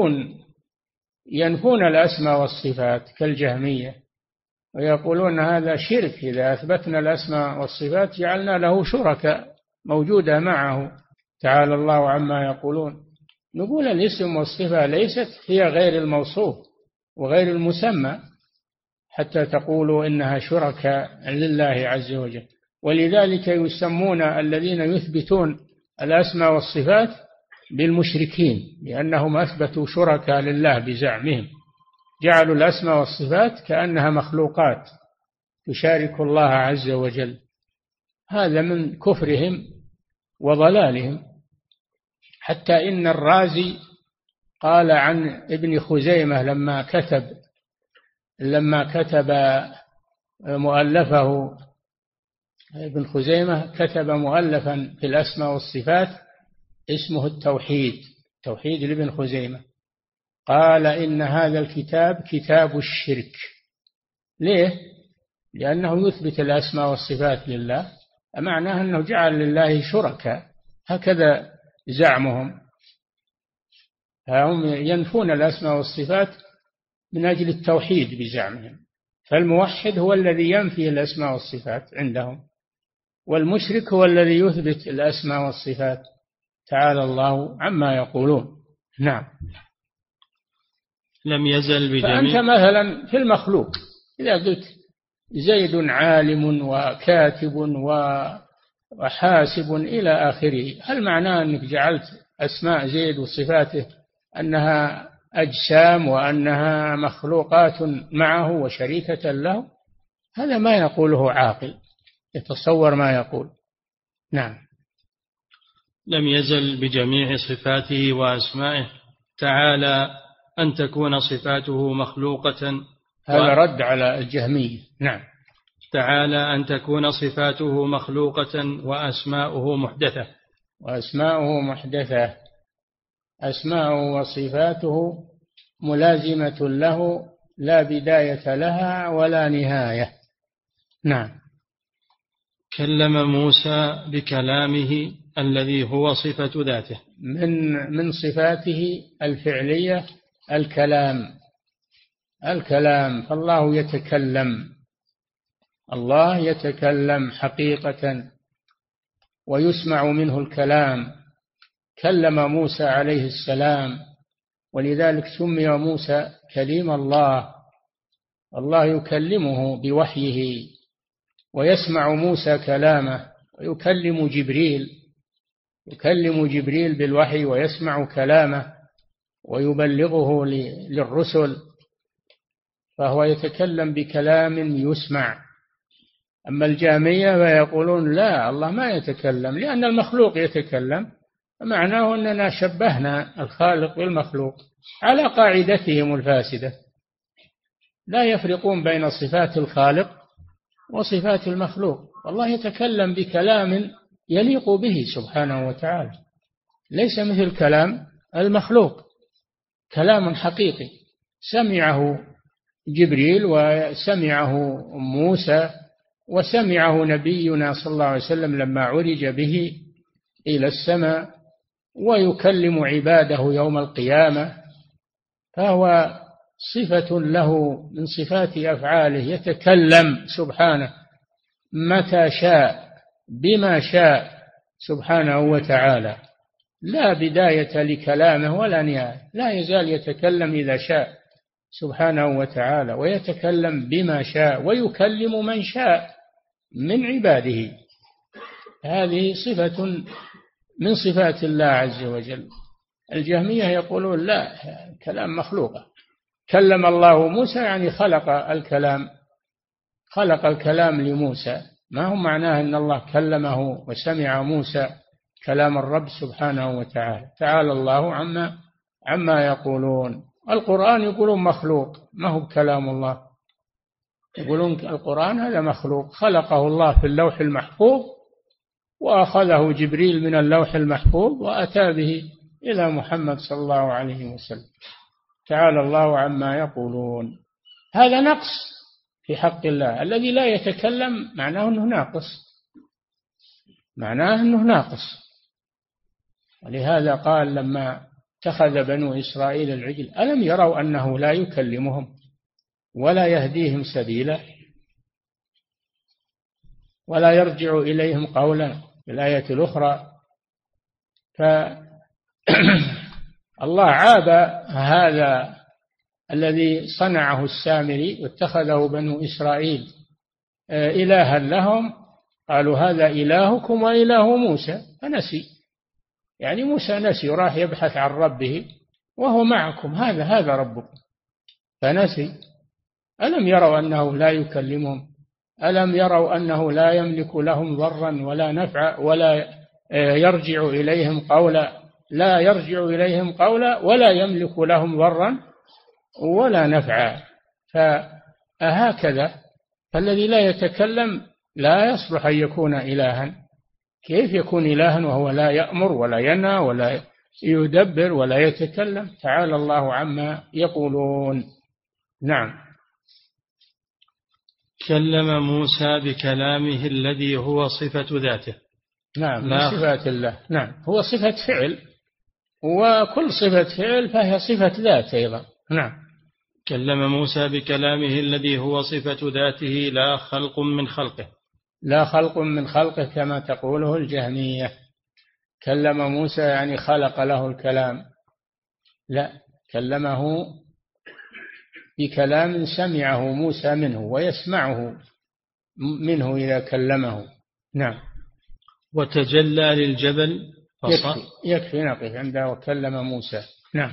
ينفون الأسماء والصفات كالجهمية، ويقولون هذا شرك، إذا أثبتنا الأسماء والصفات جعلنا له شركاء موجودة معه، تعالى الله عما يقولون. نقول الاسم والصفة ليست هي غير الموصوف وغير المسمى حتى تقولوا إنها شركاء لله عز وجل. ولذلك يسمون الذين يثبتون الأسماء والصفات بالمشركين، لأنهم أثبتوا شركاء لله بزعمهم، جعلوا الأسماء والصفات كأنها مخلوقات تشارك الله عز وجل. هذا من كفرهم وضلالهم. حتى إن الرازي قال عن ابن خزيمة لما كتب مؤلفه، ابن خزيمة كتب مؤلفا في الأسماء والصفات اسمه التوحيد لابن خزيمة. قال إن هذا الكتاب كتاب الشرك. ليه؟ لأنه يثبت الأسماء والصفات لله، معناه أنه جعل لله شركاء، هكذا زعمهم. هم ينفون الأسماء والصفات من أجل التوحيد بزعمهم، فالموحد هو الذي ينفي الأسماء والصفات عندهم، والمشرك هو الذي يثبت الأسماء والصفات. تعالى الله عما يقولون. نعم. لم يزل بجميع. فأنت مثلا في المخلوق إذا قلت زيد عالم وكاتب وحاسب إلى آخره، هل معناه أنك جعلت أسماء زيد وصفاته أنها أجسام وأنها مخلوقات معه وشريكة له؟ هذا ما يقوله عاقل يتصور ما يقول. نعم. لم يزل بجميع صفاته وأسمائه تعالى أن تكون صفاته مخلوقة. هذا رد على الجهمية. نعم. تعالى أن تكون صفاته مخلوقة وأسماؤه محدثة. وأسماؤه محدثة، أسماؤه وصفاته ملازمة له لا بداية لها ولا نهاية. نعم. كلم موسى بكلامه الذي هو صفة ذاته. من صفاته الفعلية الكلام، فالله يتكلم، الله يتكلم حقيقة ويسمع منه الكلام. كلم موسى عليه السلام، ولذلك سمي موسى كليم الله. الله يكلمه بوحيه ويسمع موسى كلامه، ويكلم جبريل بالوحي ويسمع كلامه ويبلغه للرسل، فهو يتكلم بكلام يسمع. أما الجهمية فيقولون لا، الله ما يتكلم لأن المخلوق يتكلم، معناه أننا شبهنا الخالق بالمخلوق على قاعدتهم الفاسدة، لا يفرقون بين صفات الخالق وصفات المخلوق. والله يتكلم بكلام يليق به سبحانه وتعالى، ليس مثل كلام المخلوق، كلام حقيقي سمعه جبريل وسمعه موسى وسمعه نبينا صلى الله عليه وسلم لما عرج به إلى السماء، ويكلم عباده يوم القيامة، فهو صفة له من صفات أفعاله، يتكلم سبحانه متى شاء بما شاء سبحانه وتعالى، لا بداية لكلامه ولا نهاية، لا يزال يتكلم إذا شاء سبحانه وتعالى، ويتكلم بما شاء ويكلم من شاء من عباده. هذه صفة من صفات الله عز وجل. الجهمية يقولون لا، كلام مخلوقة. كلم الله موسى يعني خلق الكلام لموسى، ما هو معناه أن الله كلمه وسمع موسى كلام الرب سبحانه وتعالى. تعالى الله عما يقولون. القرآن يقولون مخلوق، ما هو كلام الله، يقولون القرآن هذا مخلوق، خلقه الله في اللوح المحفوظ، وأخذه جبريل من اللوح المحفوظ وأتى به إلى محمد صلى الله عليه وسلم. تعالى الله عما يقولون. هذا نقص في حق الله. الذي لا يتكلم معناه أنه ناقص. ولهذا قال لما اتخذ بنو إسرائيل العجل ألم يروا أنه لا يكلمهم ولا يهديهم سبيلا ولا يرجع إليهم قولا. في الآية الأخرى فالله عاب هذا الذي صنعه السامري واتخذه بنو إسرائيل إلها لهم، قالوا هذا إلهكم وإله موسى فنسي، يعني موسى نسي وراح يبحث عن ربه وهو معكم، هذا ربكم فنسي. ألم يروا أنه لا يكلمهم؟ ألم يروا أنه لا يملك لهم ضرا ولا نفعا ولا يرجع إليهم قولا ولا يملك لهم ضرا ولا نفعا؟ فهكذا فالذي لا يتكلم لا يصلح أن يكون إلها. كيف يكون إلها وهو لا يأمر ولا ينهى ولا يدبر ولا يتكلم؟ تعالى الله عما يقولون. نعم. كلم موسى بكلامه الذي هو صفة ذاته. نعم، من صفات الله. نعم، هو صفة فعل وكل صفة فعل فهي صفة ذات أيضا. نعم. كلم موسى بكلامه الذي هو صفة ذاته لا خلق من خلقه. لا خلق من خلقه كما تقوله الجهمية. كلم موسى يعني خلق له الكلام، لا، كلمه بكلام سمعه موسى منه ويسمعه منه إذا كلمه. نعم. وتجلى للجبل يكفي نقف عنده وكلم موسى. نعم.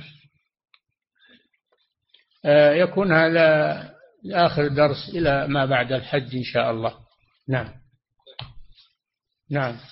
يكون هذا آخر درس إلى ما بعد الحج إن شاء الله. نعم. نعم.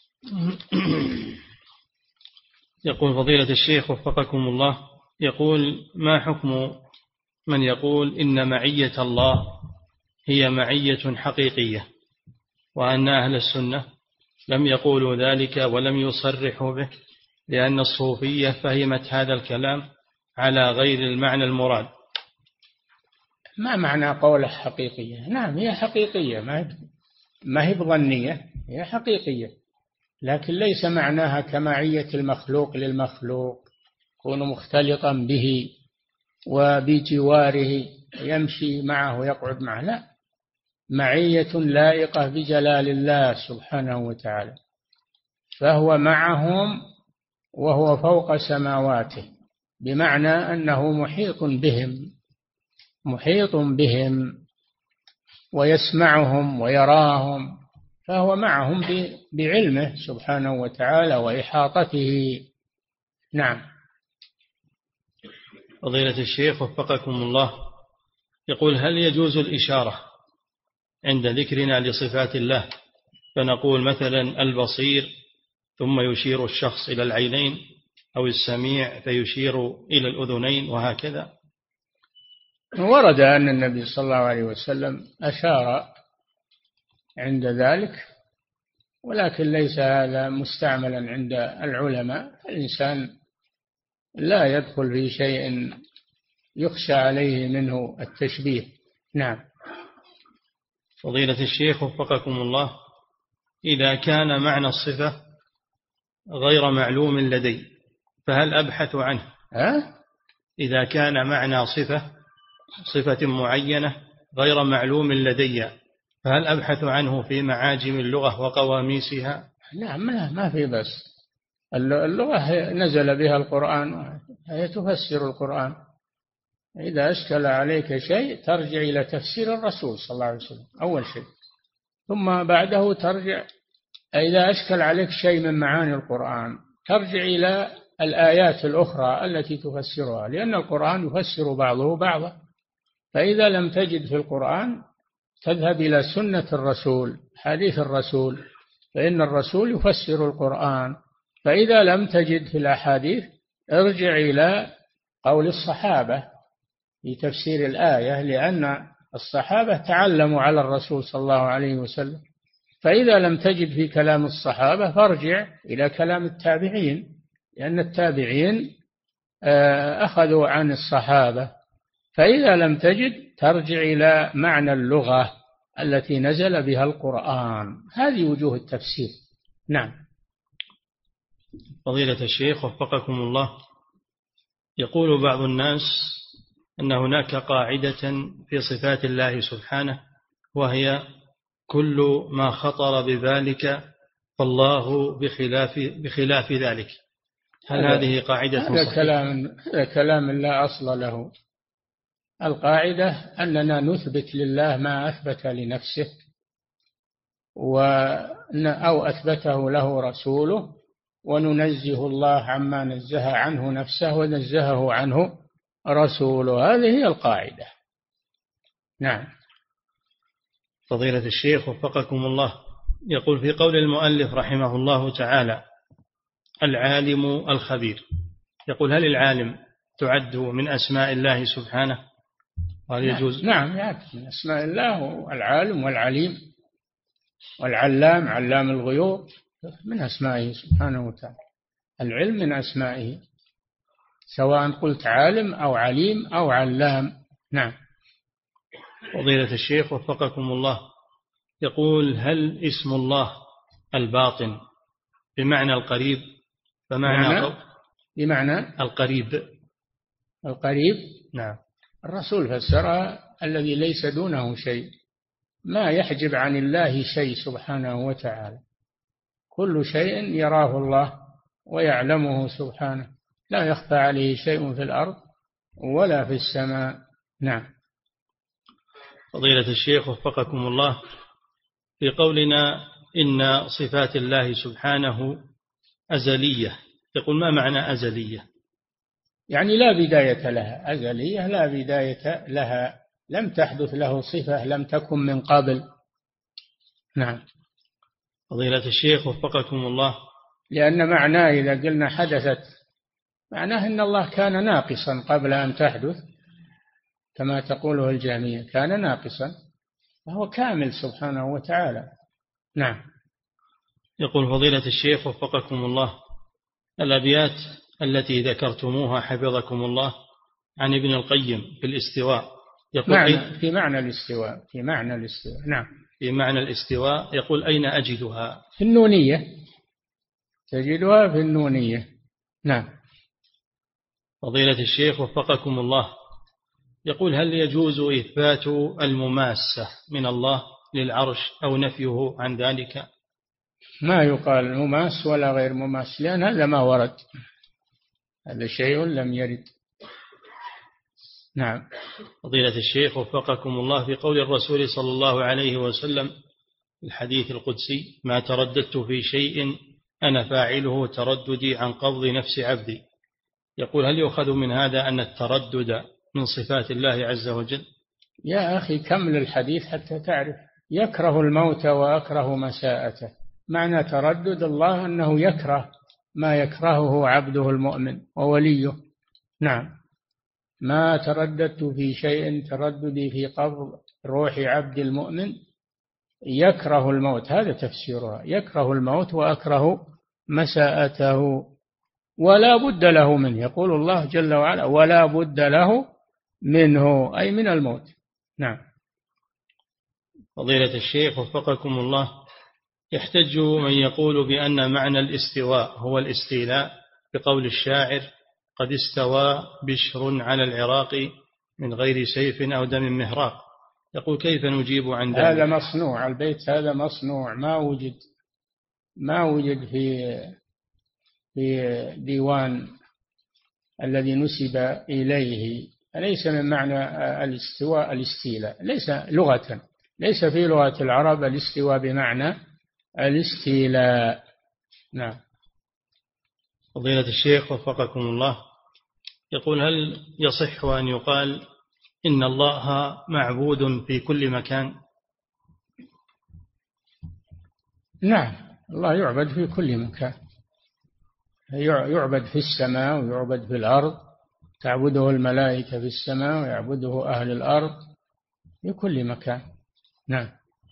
يقول فضيلة الشيخ وفقكم الله، يقول ما حكم من يقول إن معية الله هي معية حقيقية، وأن أهل السنة لم يقولوا ذلك ولم يصرحوا به، لأن الصوفية فهمت هذا الكلام على غير المعنى المراد؟ ما معنى قوله حقيقية؟ نعم هي حقيقية، ما هي بظنية، هي حقيقية، لكن ليس معناها كمعية المخلوق للمخلوق، يكون مختلطا به وبجواره يمشي معه ويقعد معه، لا، معية لائقة بجلال الله سبحانه وتعالى، فهو معهم وهو فوق سماواته، بمعنى أنه محيط بهم ويسمعهم ويراهم، فهو معهم بعلمه سبحانه وتعالى وإحاطته. نعم. فضيلة الشيخ وفقكم الله، يقول هل يجوز الإشارة عند ذكرنا لصفات الله، فنقول مثلا البصير ثم يشير الشخص إلى العينين، أو السميع فيشير إلى الأذنين، وهكذا؟ ورد أن النبي صلى الله عليه وسلم أشار عند ذلك، ولكن ليس هذا مستعملا عند العلماء، الإنسان لا يدخل في شيء يخشى عليه منه التشبيه. نعم. فضيلة الشيخ وفقكم الله، إذا كان معنى الصفة غير معلوم لدي فهل أبحث عنه؟ إذا كان معنى صفة معينة غير معلوم لدي فهل أبحث عنه في معاجم اللغة وقواميسها؟ نعم، ما في بس، اللغة نزل بها القرآن، هي تفسر القرآن، إذا أشكل عليك شيء ترجع إلى تفسير الرسول صلى الله عليه وسلم أول شيء، ثم بعده ترجع، إذا أشكل عليك شيء من معاني القرآن ترجع إلى الآيات الأخرى التي تفسرها، لأن القرآن يفسر بعضه بعضا، فإذا لم تجد في القرآن تذهب إلى سنة الرسول، حديث الرسول، فإن الرسول يفسر القرآن، فإذا لم تجد في الأحاديث ارجع إلى قول الصحابة في تفسير الآية، لأن الصحابة تعلموا على الرسول صلى الله عليه وسلم، فإذا لم تجد في كلام الصحابة فارجع إلى كلام التابعين، لأن التابعين أخذوا عن الصحابة، فإذا لم تجد ترجع إلى معنى اللغة التي نزل بها القرآن. هذه وجوه التفسير. نعم. فضيلة الشيخ وفقكم الله، يقول بعض الناس أن هناك قاعدة في صفات الله سبحانه، وهي كل ما خطر بذلك فالله بخلاف ذلك، هل هذه قاعدة صحيحة؟ هذا كلام لا أصل له. القاعدة أننا نثبت لله ما أثبت لنفسه أو أثبته له رسوله، وننزه الله عما نزه عنه نفسه ونزهه عنه رسوله، هذه هي القاعدة. نعم. فضيلة الشيخ وفقكم الله، يقول في قول المؤلف رحمه الله تعالى العالم الخبير، يقول هل العالم تعد من أسماء الله سبحانه؟ هل يجوز؟ نعم، يأتي من أسماء الله العالم والعليم والعلام، علام الغيوب، من أسمائه سبحانه وتعالى، العلم من أسمائه، سواء قلت عالم أو عليم أو علام. نعم. فضيلة الشيخ وفقكم الله، يقول هل اسم الله الباطن بمعنى القريب، بمعنى القريب. القريب. نعم. الرسول فسرها الذي ليس دونه شيء، ما يحجب عن الله شيء سبحانه وتعالى، كل شيء يراه الله ويعلمه سبحانه، لا يخفى عليه شيء في الأرض ولا في السماء. نعم. فضيلة الشيخ وفقكم الله، في قولنا إن صفات الله سبحانه أزلية، يقول ما معنى أزلية؟ يعني لا بداية لها، أزلية لا بداية لها، لم تحدث له صفة لم تكن من قبل. نعم. فضيلة الشيخ وفقكم الله، لأن معناه إذا قلنا حدثت معناه أن الله كان ناقصا قبل أن تحدث، كما تقوله الجهمية، كان ناقصا، فهو كامل سبحانه وتعالى. نعم. يقول فضيلة الشيخ وفقكم الله، الأبيات التي ذكرتموها حفظكم الله عن ابن القيم في الاستواء، يقول في معنى الاستواء، في معنى الاستواء. نعم. في معنى الاستواء، يقول أين أجدها؟ في النونية، تجدها في النونية. نعم. فضيلة الشيخ وفقكم الله، يقول هل يجوز إثبات المماسة من الله للعرش أو نفيه عن ذلك؟ ما يقال مماس ولا غير مماس، لأن هذا ما ورد، هذا شيء لم يرد. نعم. فضيلة الشيخ وفقكم الله، في قول الرسول صلى الله عليه وسلم في الحديث القدسي: ما ترددت في شيء أنا فاعله ترددي عن قبض نفس عبدي، يقول هل يؤخذ من هذا أن التردد من صفات الله عز وجل؟ يا أخي كمل الحديث حتى تعرف. يكره الموت وأكره مساءته، معنى تردد الله أنه يكره ما يكرهه عبده المؤمن ووليه. نعم. ما ترددت في شيء ترددي في قبض روح عبد المؤمن يكره الموت، هذا تفسيرها، يكره الموت وأكره مساءته ولا بد له منه، يقول الله جل وعلا ولا بد له منه، أي من الموت. نعم. فضيلة الشيخ وفقكم الله، يحتج من يقول بأن معنى الاستواء هو الاستيلاء بقول الشاعر: قد استوى بشر على العراق من غير سيف أو دم مهراق، يقول كيف نجيب عن ذلك؟ هذا مصنوع، البيت هذا مصنوع، ما وجد في ديوان الذي نسب إليه، ليس من معنى الاستواء الاستيلاء، ليس لغة، ليس في لغة العرب الاستواء بمعنى الاستيلاء. نعم. فضيلة الشيخ وفقكم الله، يقول هل يصح أن يقال إن الله معبود في كل مكان؟ نعم، الله يعبد في كل مكان، يعبد في السماء ويعبد في الأرض، تعبده الملائكة في السماء ويعبده أهل الأرض في كل مكان. نعم.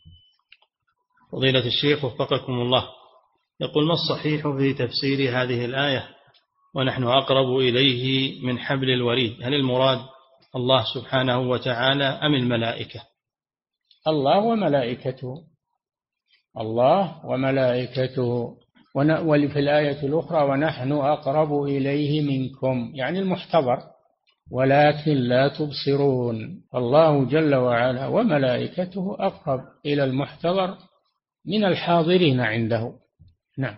فضيلة الشيخ وفقكم الله، يقول ما الصحيح في تفسير هذه الآية ونحن أقرب إليه من حبل الوريد؟ هل المراد الله سبحانه وتعالى أم الملائكة؟ الله وملائكته، الله وملائكته. وفي الآية الأخرى ونحن أقرب إليه منكم، يعني المحتضر، ولكن لا تبصرون. الله جل وعلا وملائكته أقرب إلى المحتضر من الحاضرين عنده. نعم.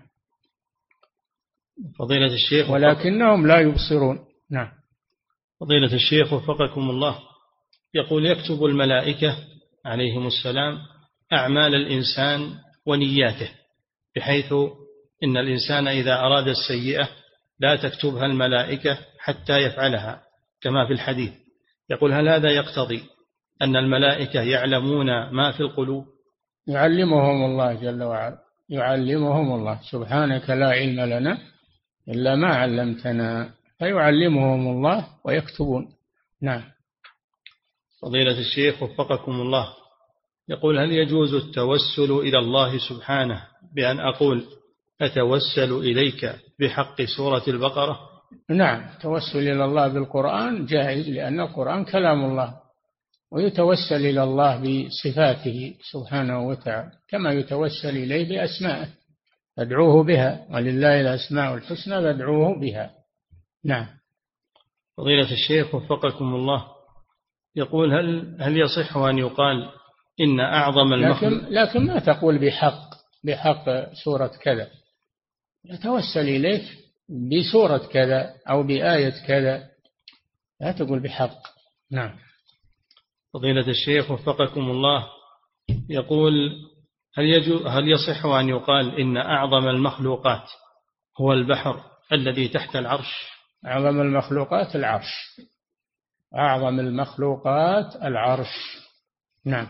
فضيلة الشيخ ولكنهم لا يبصرون. نعم. فضيلة الشيخ وفقكم الله، يقول يكتب الملائكة عليهم السلام أعمال الإنسان ونياته، بحيث إن الإنسان إذا أراد السيئة لا تكتبها الملائكة حتى يفعلها كما في الحديث، يقول هل هذا يقتضي أن الملائكة يعلمون ما في القلوب؟ يعلمهم الله جل وعلا، يعلمهم الله، سبحانك لا علم لنا إلا ما علمتنا، فيعلمهم الله ويكتبون. نعم. فضيلة الشيخ وفقكم الله، يقول هل يجوز التوسل إلى الله سبحانه بأن أقول أتوسل إليك بحق سورة البقرة؟ نعم، التوسل إلى الله بالقرآن جائز، لأن القرآن كلام الله، ويتوسل إلى الله بصفاته سبحانه وتعالى كما يتوسل إليه بأسمائه، فادعوه بها، ولله الأسماء الحسنى فادعوه بها. نعم. فضيلة الشيخ وفقكم الله، يقول هل يصح أن يقال إن أعظم المخلوق، لكن ما تقول بحق سورة كذا، يتوسل إليك بسورة كذا أو بآية كذا، لا تقول بحق. نعم. فضيلة الشيخ وفقكم الله، يقول هل يصح أن يقال إن أعظم المخلوقات هو البحر الذي تحت العرش؟ أعظم المخلوقات العرش، أعظم المخلوقات العرش. نعم.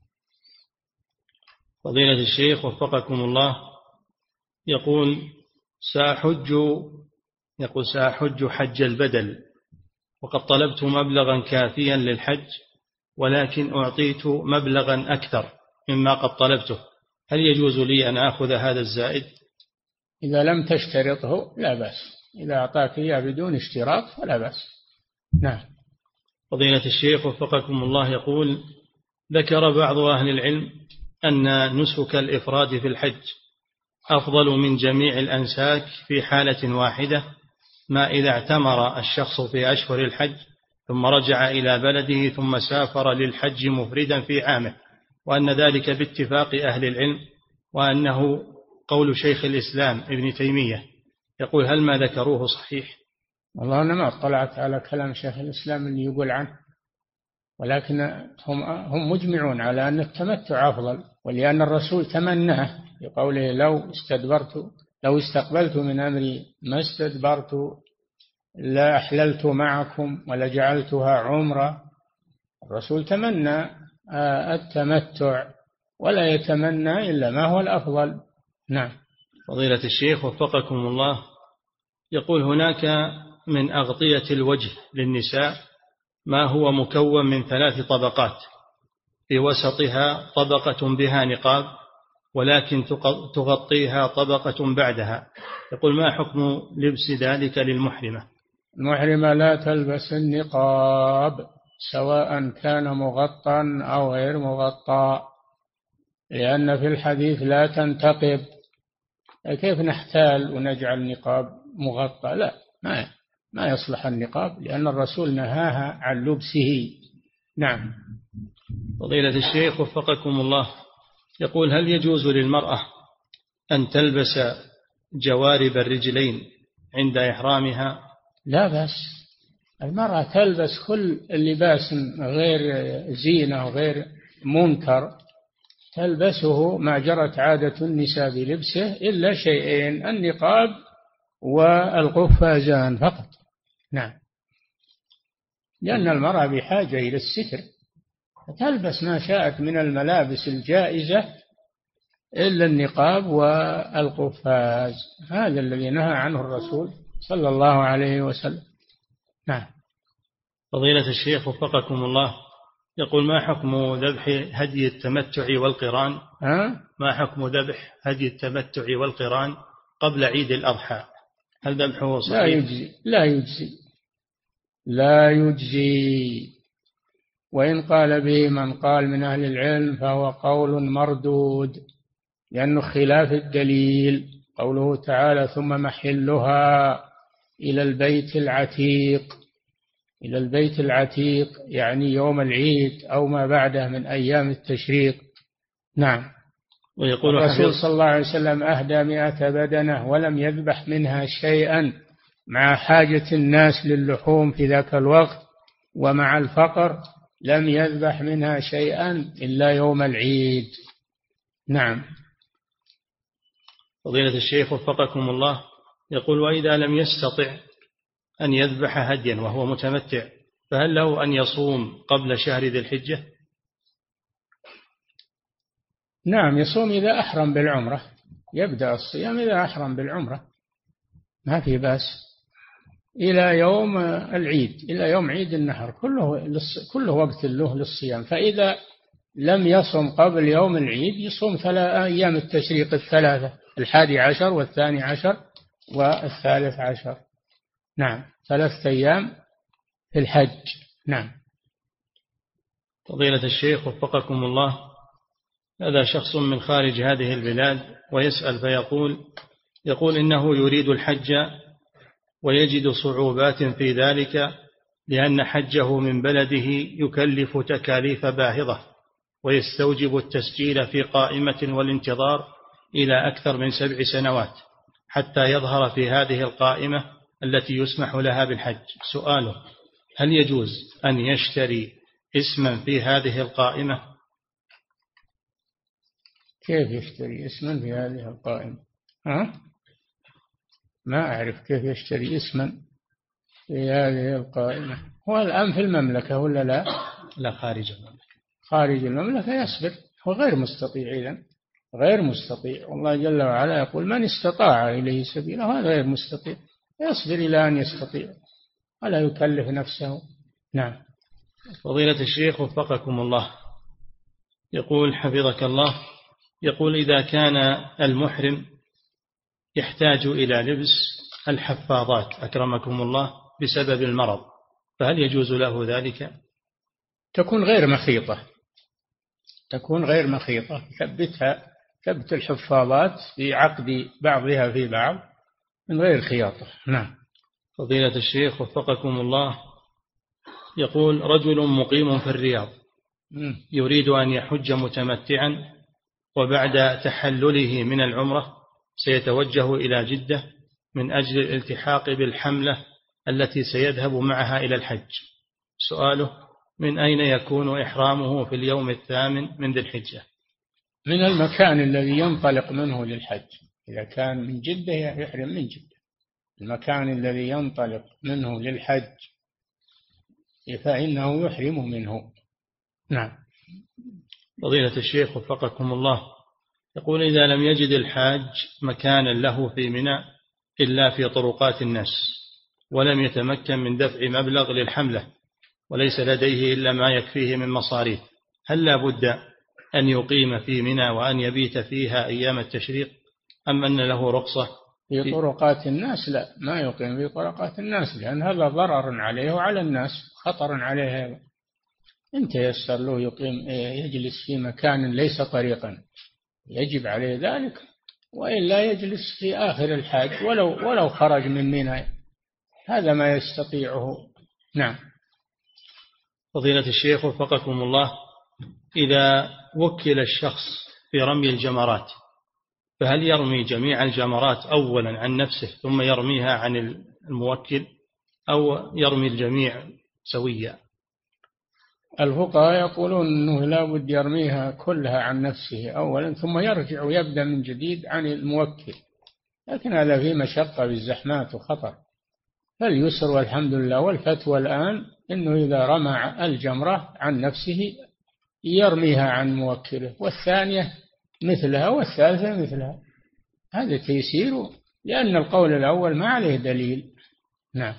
فضيلة الشيخ وفقكم الله، يقول سأحج حج البدل، وقد طلبت مبلغا كافيا للحج، ولكن أعطيت مبلغا أكثر مما قد طلبته، هل يجوز لي أن أخذ هذا الزائد؟ إذا لم تشترطه لا بأس، إذا أعطاك إياه بدون اشتراط فلا بأس. نعم. فضيلة الشيخ وفقكم الله، يقول ذكر بعض أهل العلم أن نسك الإفراد في الحج أفضل من جميع الأنساك في حالة واحدة، ما إذا اعتمر الشخص في أشهر الحج ثم رجع إلى بلده ثم سافر للحج مفردا في عامه، وأن ذلك باتفاق أهل العلم، وأنه قول شيخ الإسلام ابن تيمية. يقول هل ما ذكروه صحيح؟ والله أنا ما اطلعت على كلام شيخ الإسلام اللي يقول عنه، ولكن هم مجمعون على أن التمتع أفضل، ولأن الرسول تمناه بقوله لو استقبلت من أمري ما استدبرت لا أحللت معكم ولجعلتها عمرة. الرسول تمنى التمتع، ولا يتمنى إلا ما هو الأفضل. نعم. فضيلة الشيخ وفقكم الله، يقول هناك من أغطية الوجه للنساء ما هو مكون من 3 طبقات، في وسطها طبقة بها نقاب، ولكن تغطيها طبقة بعدها، يقول ما حكم لبس ذلك للمحرمة؟ المحرمة لا تلبس النقاب سواء كان مغطى أو غير مغطى، لأن في الحديث لا تنتقب. كيف نحتال ونجعل النقاب مغطى؟ لا، ما يصلح النقاب، لأن الرسول نهاها عن لبسه. نعم. فضيلة الشيخ وفقكم الله، يقول هل يجوز للمرأة أن تلبس جوارب الرجلين عند إحرامها؟ لا بأس، المرأة تلبس كل اللباس غير زينة وغير منكر، تلبسه ما جرت عادة النساء بلبسه، إلا شيئين: النقاب والقفازان فقط. نعم. لأن المرأة بحاجة إلى الستر، تلبس ما شاءت من الملابس الجائزة إلا النقاب والقفاز، هذا الذي نهى عنه الرسول صلى الله عليه وسلم. نعم. فضيلة الشيخ وفقكم الله، يقول ما حكم ذبح هدي التمتع والقران؟ ما حكم ذبح هدي التمتع والقران قبل عيد الأضحى؟ هل ذبحه صحيح؟ لا يجزي، وإن قال به من قال من أهل العلم فهو قول مردود، لأنه خلاف الدليل. قوله تعالى ثم محلها إلى البيت العتيق، إلى البيت العتيق يعني يوم العيد أو ما بعده من أيام التشريق. نعم. ويقول الرسول صلى الله عليه وسلم أهدى 100 بدنة ولم يذبح منها شيئا، مع حاجة الناس للحوم في ذاك الوقت ومع الفقر لم يذبح منها شيئا إلا يوم العيد. نعم. فضيلة الشيخ وفقكم الله، يقول وإذا لم يستطع أن يذبح هديا وهو متمتع، فهل له أن يصوم قبل شهر ذي الحجة؟ نعم، يصوم إذا أحرم بالعمرة، يبدأ الصيام إذا أحرم بالعمرة، ما في بأس، إلى يوم العيد، إلى يوم عيد النحر، كله وقت له للصيام. فإذا لم يصم قبل يوم العيد يصوم 3 أيام التشريق 3، 11 و12 و13. نعم، 3 أيام في الحج. نعم. فضيلة الشيخ وفقكم الله، هذا شخص من خارج هذه البلاد ويسأل فيقول إنه يريد الحج ويجد صعوبات في ذلك لأن حجه من بلده يكلف تكاليف باهظة ويستوجب التسجيل في قائمة والانتظار إلى أكثر من 7 سنوات حتى يظهر في هذه القائمة التي يسمح لها بالحج. سؤاله: هل يجوز أن يشتري اسما في هذه القائمة؟ كيف يشتري اسما في هذه القائمة؟ ما أعرف كيف يشتري اسما في هذه القائمة. هو الآن في المملكة ولا لا؟ لا، خارج المملكة. خارج المملكة يصبر، هو غير مستطيع إذن، غير مستطيع. والله جل وعلا يقول: من استطاع إليه سبيلا. هذا غير مستطيع، يصبر إلى أن يستطيع ولا يكلف نفسه. نعم. فضيلة الشيخ وفقكم الله، يقول حفظك الله، يقول: إذا كان المحرم يحتاج إلى لبس الحفاضات أكرمكم الله بسبب المرض، فهل يجوز له ذلك؟ تكون غير مخيطة، تكون غير مخيطة، ثبت الحفاضات في عقد بعضها في بعض من غير خياطة. نعم. فضيلة الشيخ وفقكم الله، يقول: رجل مقيم في الرياض يريد أن يحج متمتعا، وبعد تحلله من العمرة سيتوجه إلى جدة من أجل الالتحاق بالحملة التي سيذهب معها إلى الحج. سؤاله: من أين يكون إحرامه في اليوم 8 من ذي الحجة؟ من المكان الذي ينطلق منه للحج. إذا كان من جدة يحرم من جدة، المكان الذي ينطلق منه للحج فإنه يحرم منه. نعم. فضيلة الشيخ وفقكم الله، يقول: إذا لم يجد الحاج مكانا له في منى إلا في طرقات الناس، ولم يتمكن من دفع مبلغ للحملة، وليس لديه إلا ما يكفيه من مصاريف، هل لا بد أن يقيم في منى وأن يبيت فيها أيام التشريق، أم أن له رخصة في طرقات الناس؟ لا، ما يقيم في طرقات الناس، لأن هذا ضرر عليه وعلى الناس، خطر عليه هذا. إن تيسر له يقيم يجلس في مكان ليس طريقا يجب عليه ذلك، وإلا يجلس في آخر الحاج ولو خرج من منى، هذا ما يستطيعه. نعم. فضيلة الشيخ وفقكم الله، إذا وكل الشخص في رمي الجمرات فهل يرمي جميع الجمرات أولا عن نفسه ثم يرميها عن الموكل، أو يرمي الجميع سويا؟ الفقهاء يقولون أنه لا بد يرميها كلها عن نفسه أولا، ثم يرجع ويبدأ من جديد عن الموكل، لكن هذا فيه مشقة بالزحمات وخطر. فاليسر والحمد لله، والفتوى الآن أنه إذا رمى الجمرة عن نفسه يرميها عن موكله، والثانية مثلها والثالثة مثلها، هذا تيسير، لأن القول الأول ما عليه دليل. نعم.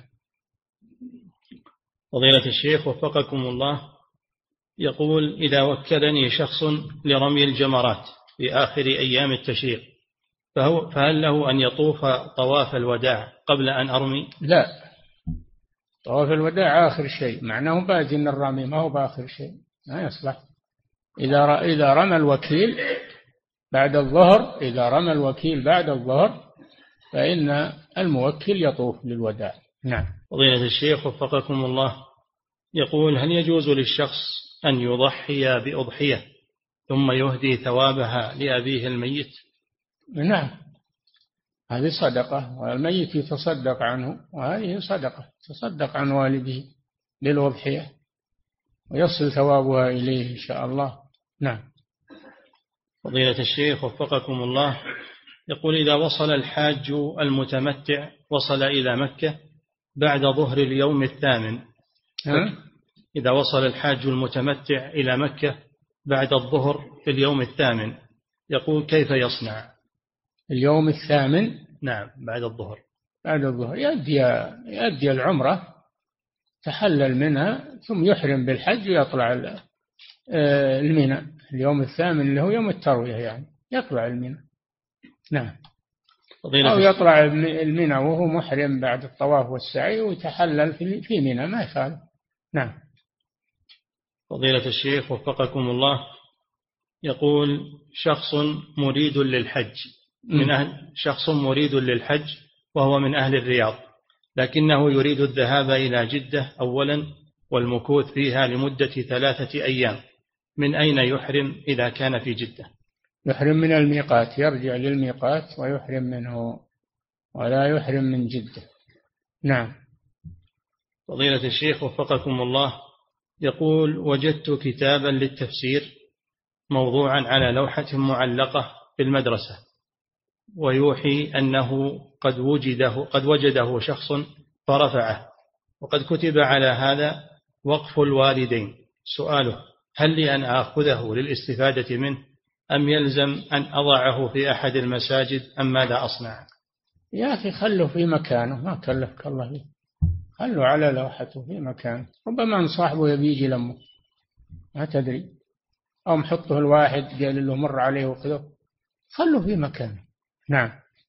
فضيلة الشيخ وفقكم الله، يقول: إذا وكلني شخص لرمي الجمرات في آخر أيام التشريق فهل له أن يطوف طواف الوداع قبل أن أرمي؟ لا، طواف الوداع آخر شيء، معناه بادن الرمي، ما هو بآخر شيء، ما يصلح. إذا رمى الوكيل بعد الظهر، إذا رمى الوكيل بعد الظهر فإن الموكل يطوف للوداع. نعم. فضيلة الشيخ وفقكم الله، يقول: هل يجوز للشخص أن يضحي بأضحية ثم يهدي ثوابها لأبيه الميت؟ نعم، هذه صدقة، والميت يتصدق عنه، وهذه صدقة، تصدق عن والده بالأضحية ويصل ثوابها إليه إن شاء الله. نعم. فضيلة الشيخ وفقكم الله، يقول: إذا وصل الحاج المتمتع وصل إلى مكة بعد ظهر اليوم 8، إذا وصل الحاج المتمتع إلى مكة بعد الظهر في اليوم 8، يقول: كيف يصنع؟ اليوم 8؟ نعم، بعد الظهر. بعد الظهر يؤدي العمرة، تحلل منها، ثم يحرم بالحج ويطلع المنى اليوم 8 اللي هو يوم التروية، يعني يطلع المنى. نعم. أو يطلع المنى وهو محرم بعد الطواف والسعي ويتحلل في منى، ما يخالف. نعم. فضيلة الشيخ وفقكم الله، يقول: شخص مريد للحج شخص مريد للحج وهو من أهل الرياض، لكنه يريد الذهاب إلى جدة أولا والمكوث فيها لمدة 3 أيام. من أين يحرم إذا كان في جدة؟ يحرم من الميقات، يرجع للميقات ويحرم منه، ولا يحرم من جدة. نعم. فضيلة الشيخ وفقكم الله، يقول: وجدت كتابا للتفسير موضوعا على لوحة معلقة في المدرسة، ويوحي أنه قد وجده شخص فرفعه، وقد كتب على هذا وقف الوالدين. سؤاله: هل لي أن آخذه للاستفادة منه، أم يلزم أن أضعه في أحد المساجد، أم ماذا أصنع؟ يا أخي خله في مكانه، ما كلفك الله فيه، خله على لوحته في مكانه، ربما أن صاحبه يبي يجي لمه، ما تدري، أو محطه الواحد قال له مر عليه وكذا، خله في مكانه. نعم.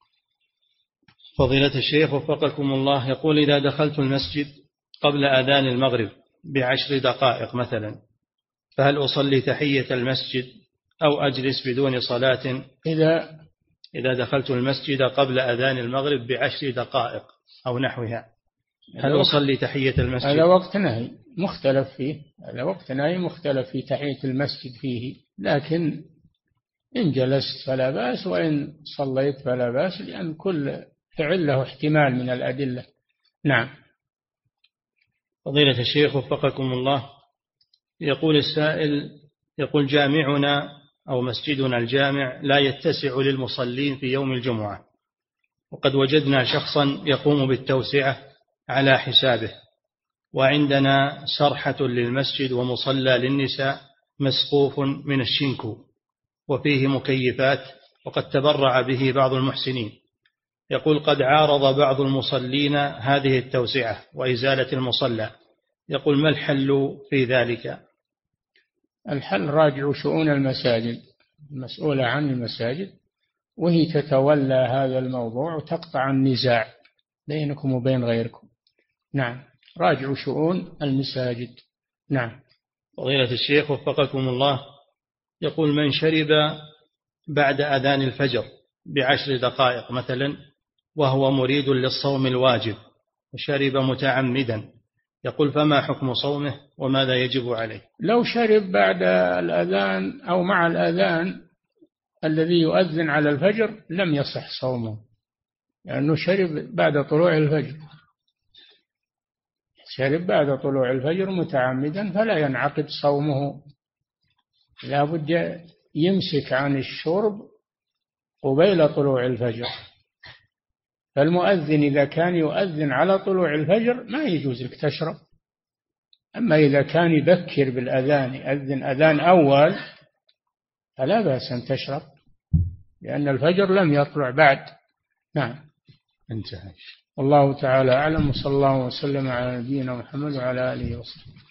فضيلة الشيخ وفقكم الله، يقول: إذا دخلت المسجد قبل أذان المغرب ب10 دقائق مثلا، فهل أصلي تحية المسجد أو أجلس بدون صلاة؟ إذا دخلت المسجد قبل أذان المغرب ب10 دقائق أو نحوها، هل أصلي تحية المسجد؟ هذا وقت نهي مختلف فيه، هذا وقت نهي مختلف في تحية المسجد فيه، لكن إن جلست فلا بأس، وإن صليت فلا بأس، لأن كل فعل له احتمال من الأدلة. نعم. فضيلة الشيخ وفقكم الله، يقول السائل: يقول: جامعنا أو مسجدنا الجامع لا يتسع للمصلين في يوم الجمعة، وقد وجدنا شخصا يقوم بالتوسعة على حسابه، وعندنا سرحة للمسجد ومصلى للنساء مسقوف من الشنكو وفيه مكيفات، وقد تبرع به بعض المحسنين. يقول: قد عارض بعض المصلين هذه التوسعة وإزالة المصلى، يقول: ما الحل في ذلك؟ الحل راجع شؤون المساجد، المسؤولة عن المساجد، وهي تتولى هذا الموضوع وتقطع النزاع بينكم وبين غيركم. نعم، راجعوا شؤون المساجد. نعم. فضيلة الشيخ وفقكم الله، يقول: من شرب بعد أذان الفجر ب10 دقائق مثلا وهو مريد للصوم الواجب وشرب متعمدا، يقول: فما حكم صومه وماذا يجب عليه؟ لو شرب بعد الأذان أو مع الأذان الذي يؤذن على الفجر لم يصح صومه، لأنه شرب بعد طلوع الفجر، شرب بعد طلوع الفجر متعمدا فلا ينعقد صومه، لا بد يمسك عن الشرب قبيل طلوع الفجر. فالمؤذن إذا كان يؤذن على طلوع الفجر ما يجوز لك تشرب، أما إذا كان يبكر بالأذان، يأذن أذان أول، فلا بأس أن تشرب، لأن الفجر لم يطلع بعد. نعم. انتهى. والله تعالى أعلم، وصلى الله وسلم على نبينا محمد وعلى آله وصحبه.